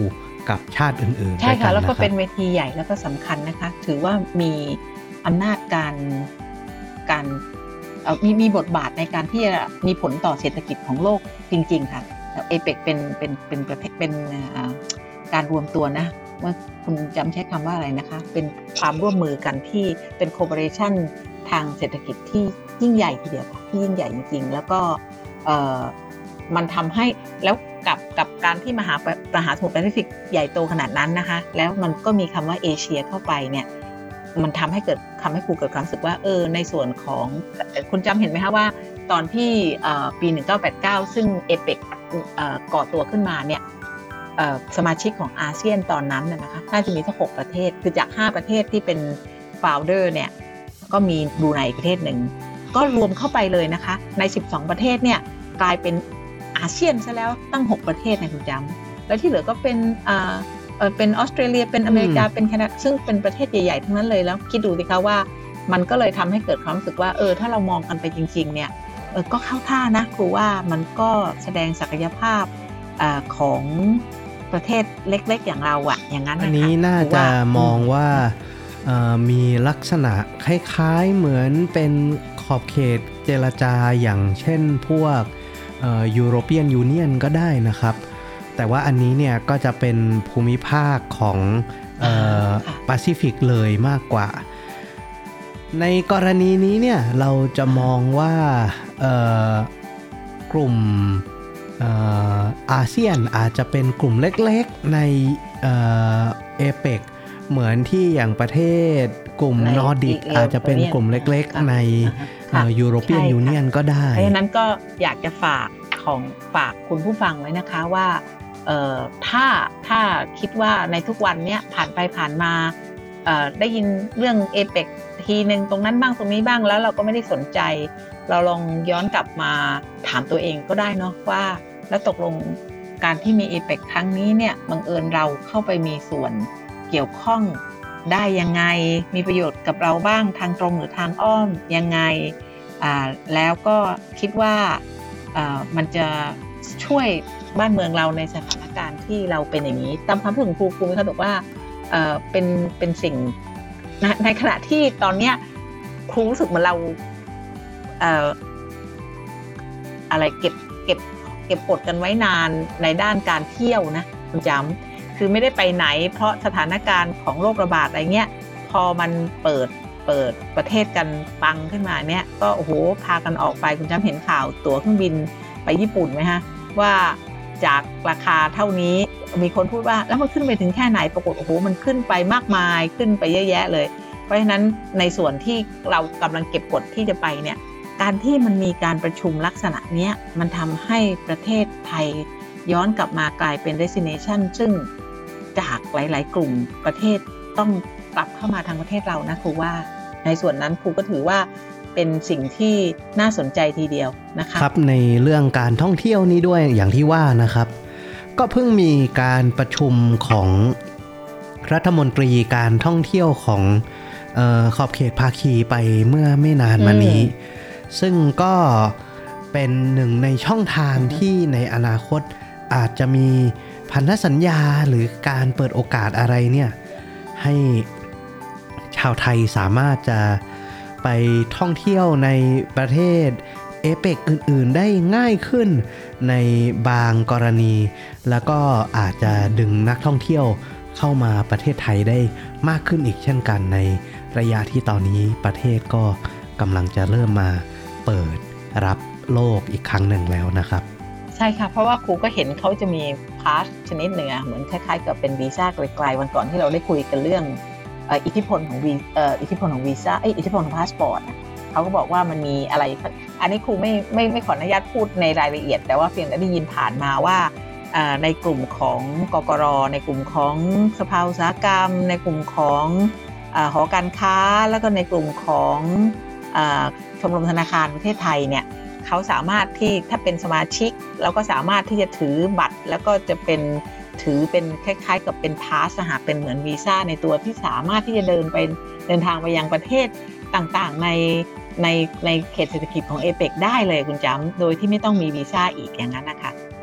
กับชาติอื่นๆใช่ค่ะแล้วก็เป็นด้วยเวทีใหญ่แล้วก็สำคัญนะคะถือว่ามีอำนาจการการเอ่อมีมีบทบาทในการที่จะมีผลต่อเศรษฐกิจของโลกจริงๆค่ะเอเปกเป็นเป็นเป็นประเทศเป็นอ่าการรวมตัวนะว่าคุณจำใช้คำว่าอะไรนะคะเป็นความร่วมมือกันที่เป็นโคเปอเรชั่นทางเศรษฐกิจที่ยิ่งใหญ่ทีเดียวค่ะที่ยิ่งใหญ่จริงๆแล้วก็เอ่อมันทำให้แล้วกับกับการที่มหามหาสมุทรแปซิฟิกใหญ่โตขนาดนั้นนะคะแล้วมันก็มีคำว่าเอเชียเข้าไปเนี่ยมันทำให้เกิดทำให้ครูเกิดความรู้สึกว่าเออในส่วนของคุณจำเห็นไหมคะว่าตอนที่ปีหนึ่งเก้าแปดเก้าซึ่งเอเปกก่อตัวขึ้นมาเนี่ยสมาชิกของอาเซียนตอนนั้นนะคะน่าจะมีสักหกประเทศคือจากห้าประเทศที่เป็นโฟลเดอร์เนี่ยก็มีบรูไนประเทศหนึ่งก็รวมเข้าไปเลยนะคะในสิบสองประเทศเนี่ยกลายเป็นอาเซียนซะแล้วตั้งหกประเทศนะคุณจำแล้วที่เหลือก็เป็นอ่าเออเป็นออสเตรเลียเป็นอเมริกาเป็นแคนาดาซึ่งเป็นประเทศใหญ่ๆทั้งนั้นเลยแล้วคิดดูสิคะว่ามันก็เลยทำให้เกิดความรู้สึกว่าเออถ้าเรามองกันไปจริงๆเนี่ยเออก็เข้าท่านะครูว่ามันก็แสดงศักยภาพอ่าของประเทศเล็กๆอย่างเราอะอย่างนั้นนะคะอันนี้น่าจะมองว่ามีลักษณะคล้ายๆเหมือนเป็นขอบเขตเจรจาอย่างเช่นพวกยูโรเปียนยูเนียนก็ได้นะครับแต่ว่าอันนี้เนี่ยก็จะเป็นภูมิภาคของแปซิฟิกเลยมากกว่าในกรณีนี้เนี่ยเราจะมองว่ากลุ่มอาเซียนอาจจะเป็นกลุ่มเล็กๆในเอเปกเหมือนที่อย่างประเทศกลุ่มนอร์ดิกอาจจะเป็นกลุ่มเล็กๆในยูโรเปียนยูเนียนก็ได้เพราะฉะนั้นก็อยากจะฝากของฝากคุณผู้ฟังไว้นะคะว่าเอ่อถ้าถ้าคิดว่าในทุกวันเนี้ยผ่านไปผ่านมาเอ่อได้ยินเรื่องเอเปกทีนึงตรงนั้นบ้างตรงนี้บ้างแล้วเราก็ไม่ได้สนใจเราลองย้อนกลับมาถามตัวเองก็ได้เนาะว่าแล้วตกลงการที่มีเอเปกครั้งนี้เนี่ยบังเอิญเราเข้าไปมีส่วนเกี่ยวข้องได้ยังไงมีประโยชน์กับเราบ้างทางตรงหรือทางอ้อมยังไงอ่าแล้วก็คิดว่ามันจะช่วยบ้านเมืองเราในสถานการณ์ที่เราเป็นอย่างนี้ตามความรู้สึกของครูครูเขาบอกว่าเอ่อเป็นเป็นสิ่งในในขณะที่ตอนเนี้ยครูรู้สึกเหมือนเราเอ่ออะไรเก็บเก็บเก็บกดกันไว้นานในด้านการเที่ยวนะคุณจำคือไม่ได้ไปไหนเพราะสถานการณ์ของโรคระบาดอะไรเงี้ยพอมันเปิดเปิดประเทศกันปังขึ้นมาเนี่ยก็โอ้โหพากันออกไปคุณจำเห็นข่าวตั๋วเครื่องบินไปญี่ปุ่นไหมฮะว่าจากราคาเท่านี้มีคนพูดว่าแล้วมันขึ้นไปถึงแค่ไหนปรากฏโอ้โหมันขึ้นไปมากมายขึ้นไปเยอะแยะเลยเพราะฉะนั้นในส่วนที่เรากำลังเก็บกดที่จะไปเนี่ยการที่มันมีการประชุมลักษณะนี้มันทำให้ประเทศไทยย้อนกลับมากลายเป็น destination ซึ่งจากหลายๆกลุ่มประเทศต้องกลับเข้ามาทางประเทศเรานะครูว่าในส่วนนั้นครูก็ถือว่าเป็นสิ่งที่น่าสนใจทีเดียวนะคะครับในเรื่องการท่องเที่ยวนี้ด้วยอย่างที่ว่านะครับก็เพิ่งมีการประชุมของรัฐมนตรีการท่องเที่ยวของเอ่อขอบเขตภาคีไปเมื่อไม่นานมานี้ซึ่งก็เป็นหนึ่งในช่องทางที่ในอนาคตอาจจะมีพันธสัญญาหรือการเปิดโอกาสอะไรเนี่ยให้ชาวไทยสามารถจะไปท่องเที่ยวในประเทศเอเปกอื่นๆได้ง่ายขึ้นในบางกรณีแล้วก็อาจจะดึงนักท่องเที่ยวเข้ามาประเทศไทยได้มากขึ้นอีกเช่นกันในระยะที่ตอนนี้ประเทศก็กำลังจะเริ่มมาเปิดรับโลกอีกครั้งหนึ่งแล้วนะครับใช่ค่ะเพราะว่าครูก็เห็นเขาจะมีพาสชนิดหนึ่งเหมือนคล้ายๆกับเป็นวีซ่าไกลๆวันก่อนที่เราได้คุยกันเรื่องอิทธิพลของวีอิทธิพลของวีซ่าเอ้ยอิทธิพลของพาสปอร์ตเขาก็บอกว่ามันมีอะไรอันนี้ครูไม่ไม่ไม่ขออนุญาตพูดในรายละเอียดแต่ว่าเพียงแต่ได้ยินผ่านมาว่าในกลุ่มของกกร.ในกลุ่มของสภาอุตสาหกรรมในกลุ่มของหอการค้าแล้วก็ในกลุ่มของชมรมธนาคารประเทศไทยเนี่ยเขาสามารถที่ถ้าเป็นสมาชิกแล้วก็สามารถที่จะถือบัตรแล้วก็จะเป็นถือเป็นคล้ายๆกับเป็นพาสนะฮะเป็นเหมือนวีซ่าในตัวที่สามารถที่จะเดินไปเดินทางไปยังประเทศต่างๆในในในเขตเศรษฐกิจของเอเปกได้เลยคุณจำโดยที่ไม่ต้องมีวีซ่าอีกอย่างนั้นนะคะ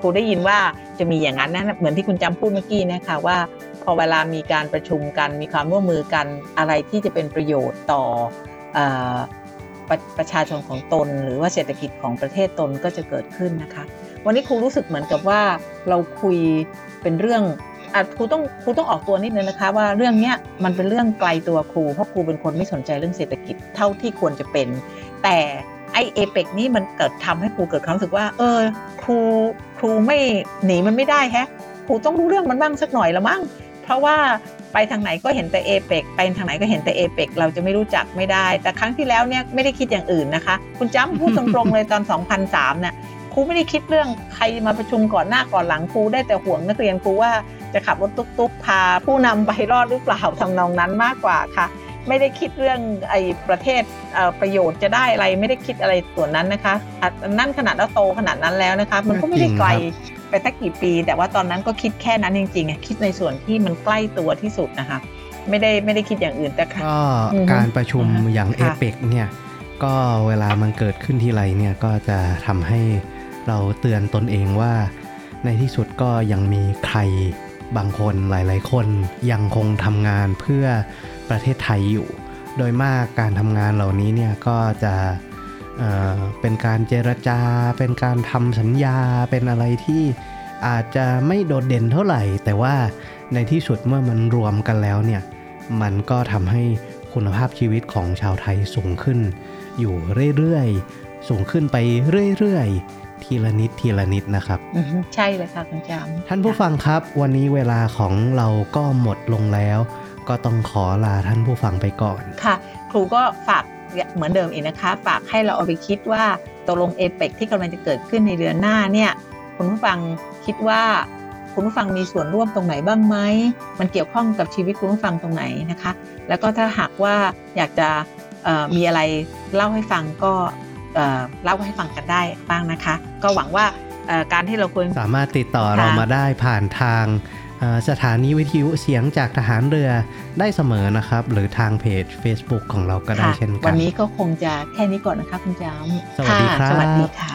ครูได้ยินว่าจะมีอย่างนั้นนะเหมือนที่คุณจำพูดเมื่อกี้นะคะว่าพอเวลามีการประชุมกันมีความร่วมมือกันอะไรที่จะเป็นประโยชน์ต่อเอ่อประ, ประชาชนของตนหรือว่าเศรษฐกิจของประเทศตนก็จะเกิดขึ้นนะคะวันนี้ครูรู้สึกเหมือนกับว่าเราคุยเป็นเรื่องอ่ะครูต้องครูต้องออกตัวนิดนึงนะคะว่าเรื่องเนี้ยมันเป็นเรื่องไกลตัวครูเพราะครูเป็นคนไม่สนใจเรื่องเศรษฐกิจเท่าที่ควรจะเป็นแต่ไอเอเปกนี่มันเกิดทำให้ครูเกิดความรู้สึกว่าเออครูครูไม่หนีมันไม่ได้แฮะครูต้องรู้เรื่องมันบ้างสักหน่อยละมั้งเพราะว่าไปทางไหนก็เห็นแต่เอเปกไปทางไหนก็เห็นแต่เอเปกเราจะไม่รู้จักไม่ได้แต่ครั้งที่แล้วเนี่ยไม่ได้คิดอย่างอื่นนะคะคุณจ้ำพูดตรงๆเลยตอนสองพันสามเนี่ยครูไม่ได้คิดเรื่องใครมาประชุมก่อนหน้าก่อนหลังครูได้แต่ห่วงนักเรียนครูว่าจะขับรถตุ๊กๆพาผู้นำไปรอดหรือเปล่าทำนองนั้นมากกว่าค่ะไม่ได้คิดเรื่องไอ้ประเทศประโยชน์จะได้อะไรไม่ได้คิดอะไรส่วนนั้นนะคะนั่นขนาดเราโตขนาดนั้นแล้วนะคะมันก็ไม่ได้ไกลไปสักกี่ปีแต่ว่าตอนนั้นก็คิดแค่นั้นจริงๆคิดในส่วนที่มันใกล้ตัวที่สุดนะคะไม่ได้ไม่ได้คิดอย่างอื่นแต่ก็การประชุมอย่างเอเปกเนี่ยก็เวลามันเกิดขึ้นทีไรเนี่ยก็จะทำให้เราเตือนตนเองว่าในที่สุดก็ยังมีใครบางคนหลายๆคนยังคงทำงานเพื่อประเทศไทยอยู่โดยมากการทำงานเหล่านี้เนี่ยก็จะเอ่อเป็นการเจรจาเป็นการทำสัญญาเป็นอะไรที่อาจจะไม่โดดเด่นเท่าไหร่แต่ว่าในที่สุดเมื่อมันรวมกันแล้วเนี่ยมันก็ทำให้คุณภาพชีวิตของชาวไทยสูงขึ้นอยู่เรื่อยๆสูงขึ้นไปเรื่อยๆทีละนิดทีละนิดนะครับใช่เลยค่ะคุณจามท่านผู้ฟังครับวันนี้เวลาของเราก็หมดลงแล้วก็ต้องขอลาท่านผู้ฟังไปก่อนค่ะครูก็ฝากเหมือนเดิมอีกนะคะฝากให้เราเอาไปคิดว่าตกลงเอเปกที่กำลังจะเกิดขึ้นในเดือนหน้าเนี่ยคุณผู้ฟังคิดว่าคุณผู้ฟังมีส่วนร่วมตรงไหนบ้างไหมมันเกี่ยวข้องกับชีวิตคุณผู้ฟังตรงไหนนะคะแล้วก็ถ้าหากว่าอยากจะมีอะไรเล่าให้ฟังก็เล่าให้ฟังกันได้บ้างนะคะก็หวังว่าการที่เราควรสามารถติดต่อเรามาได้ผ่านทางสถานีวิทยุเสียงจากทหารเรือได้เสมอนะครับหรือทางเพจ Facebook ของเราก็ได้เช่นกันวันนี้ก็คงจะแค่นี้ก่อนนะคะคุณจ้ำสวัสดีครับสวัสดีค่ะ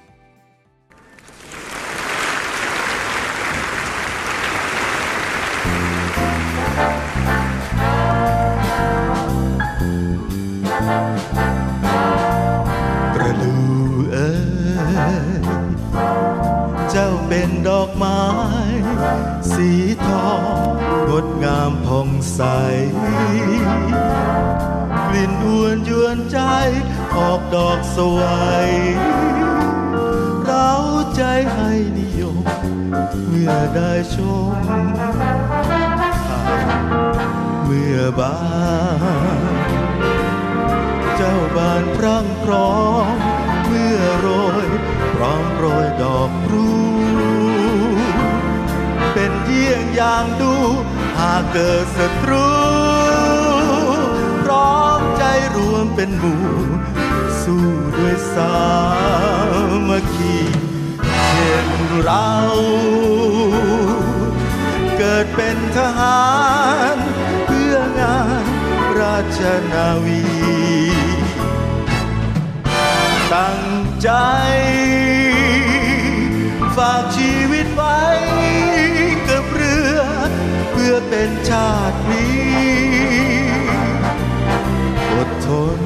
ประดูเอ๋ยเจ้าเป็นดอกไม้สีทองงดงามผ่องใสกลิ่นอวนยวนใจออกดอกสวยเร้าใจให้นิยมเมื่อได้ชมเมื่อบานเจ้าบานพรั่งพร้อมเมื่อโรยพร้อมโรยดอกพลูเป็นเยี่ยงอย่างดูหากเกิดศัตรูพร้อมใจรวมเป็นหมู่สู้ด้วยสามัคคีเช่นเราเกิดเป็นทหารเพื่องานราชนาวีตั้งใจฝากชีวิตไว้กับเรือเพื่อเป็นชาตินี้อดทน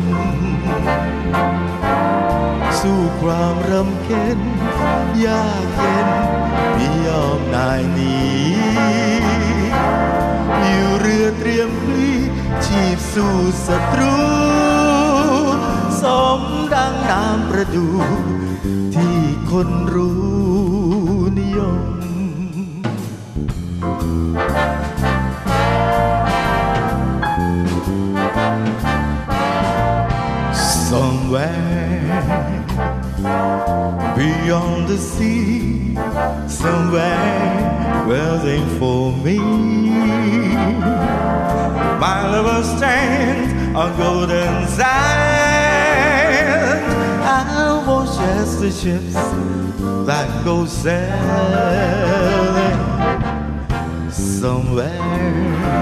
สู้ความรำเค็ญยากเย็นไม่ยอมนายหนีอยู่เรือเตรียมพลีชีพสู้ศัตรูสมดังน้ำประดูที่คนรู้นิยม Somewhere beyond the sea, somewhere waiting for me, my lover stands on golden sand. I watch as the ships that go sailing. Somewhere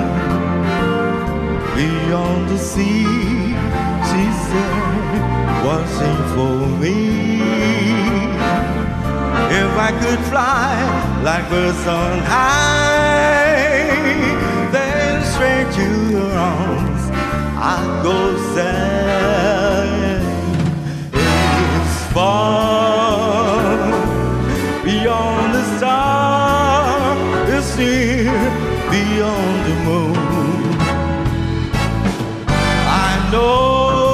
beyond the sea, she said, watching for me. If I could fly like birds on high, then straight to your arms I'd go sailing. It's far beyond the star, it's near beyond the moon. I know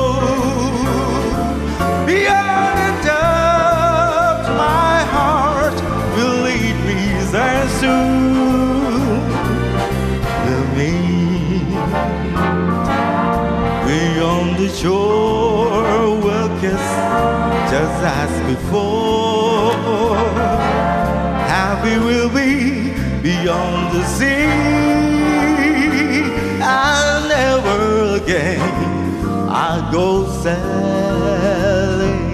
beyond a doubt my heart will lead me there soon. We'll meet beyond the shore, we'll kiss just as before. Happy we'll be beyond the sea, and never again I'll go sailing.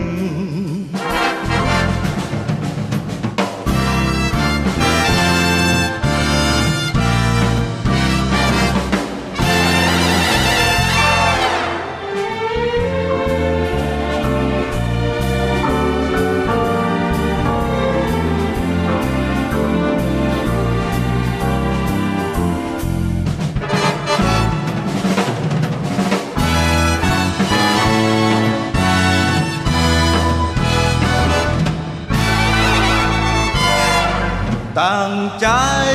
ตั้งใจ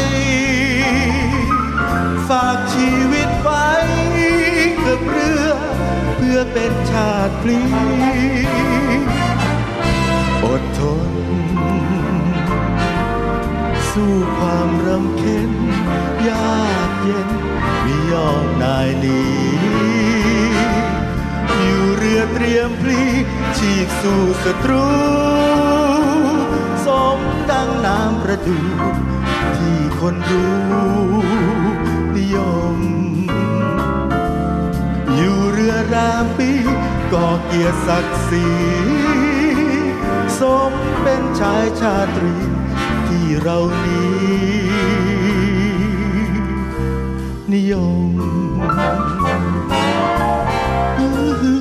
ฝากชีวิตไว้กับเรือเพื่อเป็นชาติพลีอดทนสู้ความรำเค็ญยากเย็นไม่ยอมนายหนีอยู่เรือเตรียมพลีชีพสู้ศัตรูสมดังน้ำประดูที่คนรู้นิยมอยู่เรือรามปีก่อเกียรติศักดิ์ศรีสมเป็นชายชาตรีที่เรานี้นิยม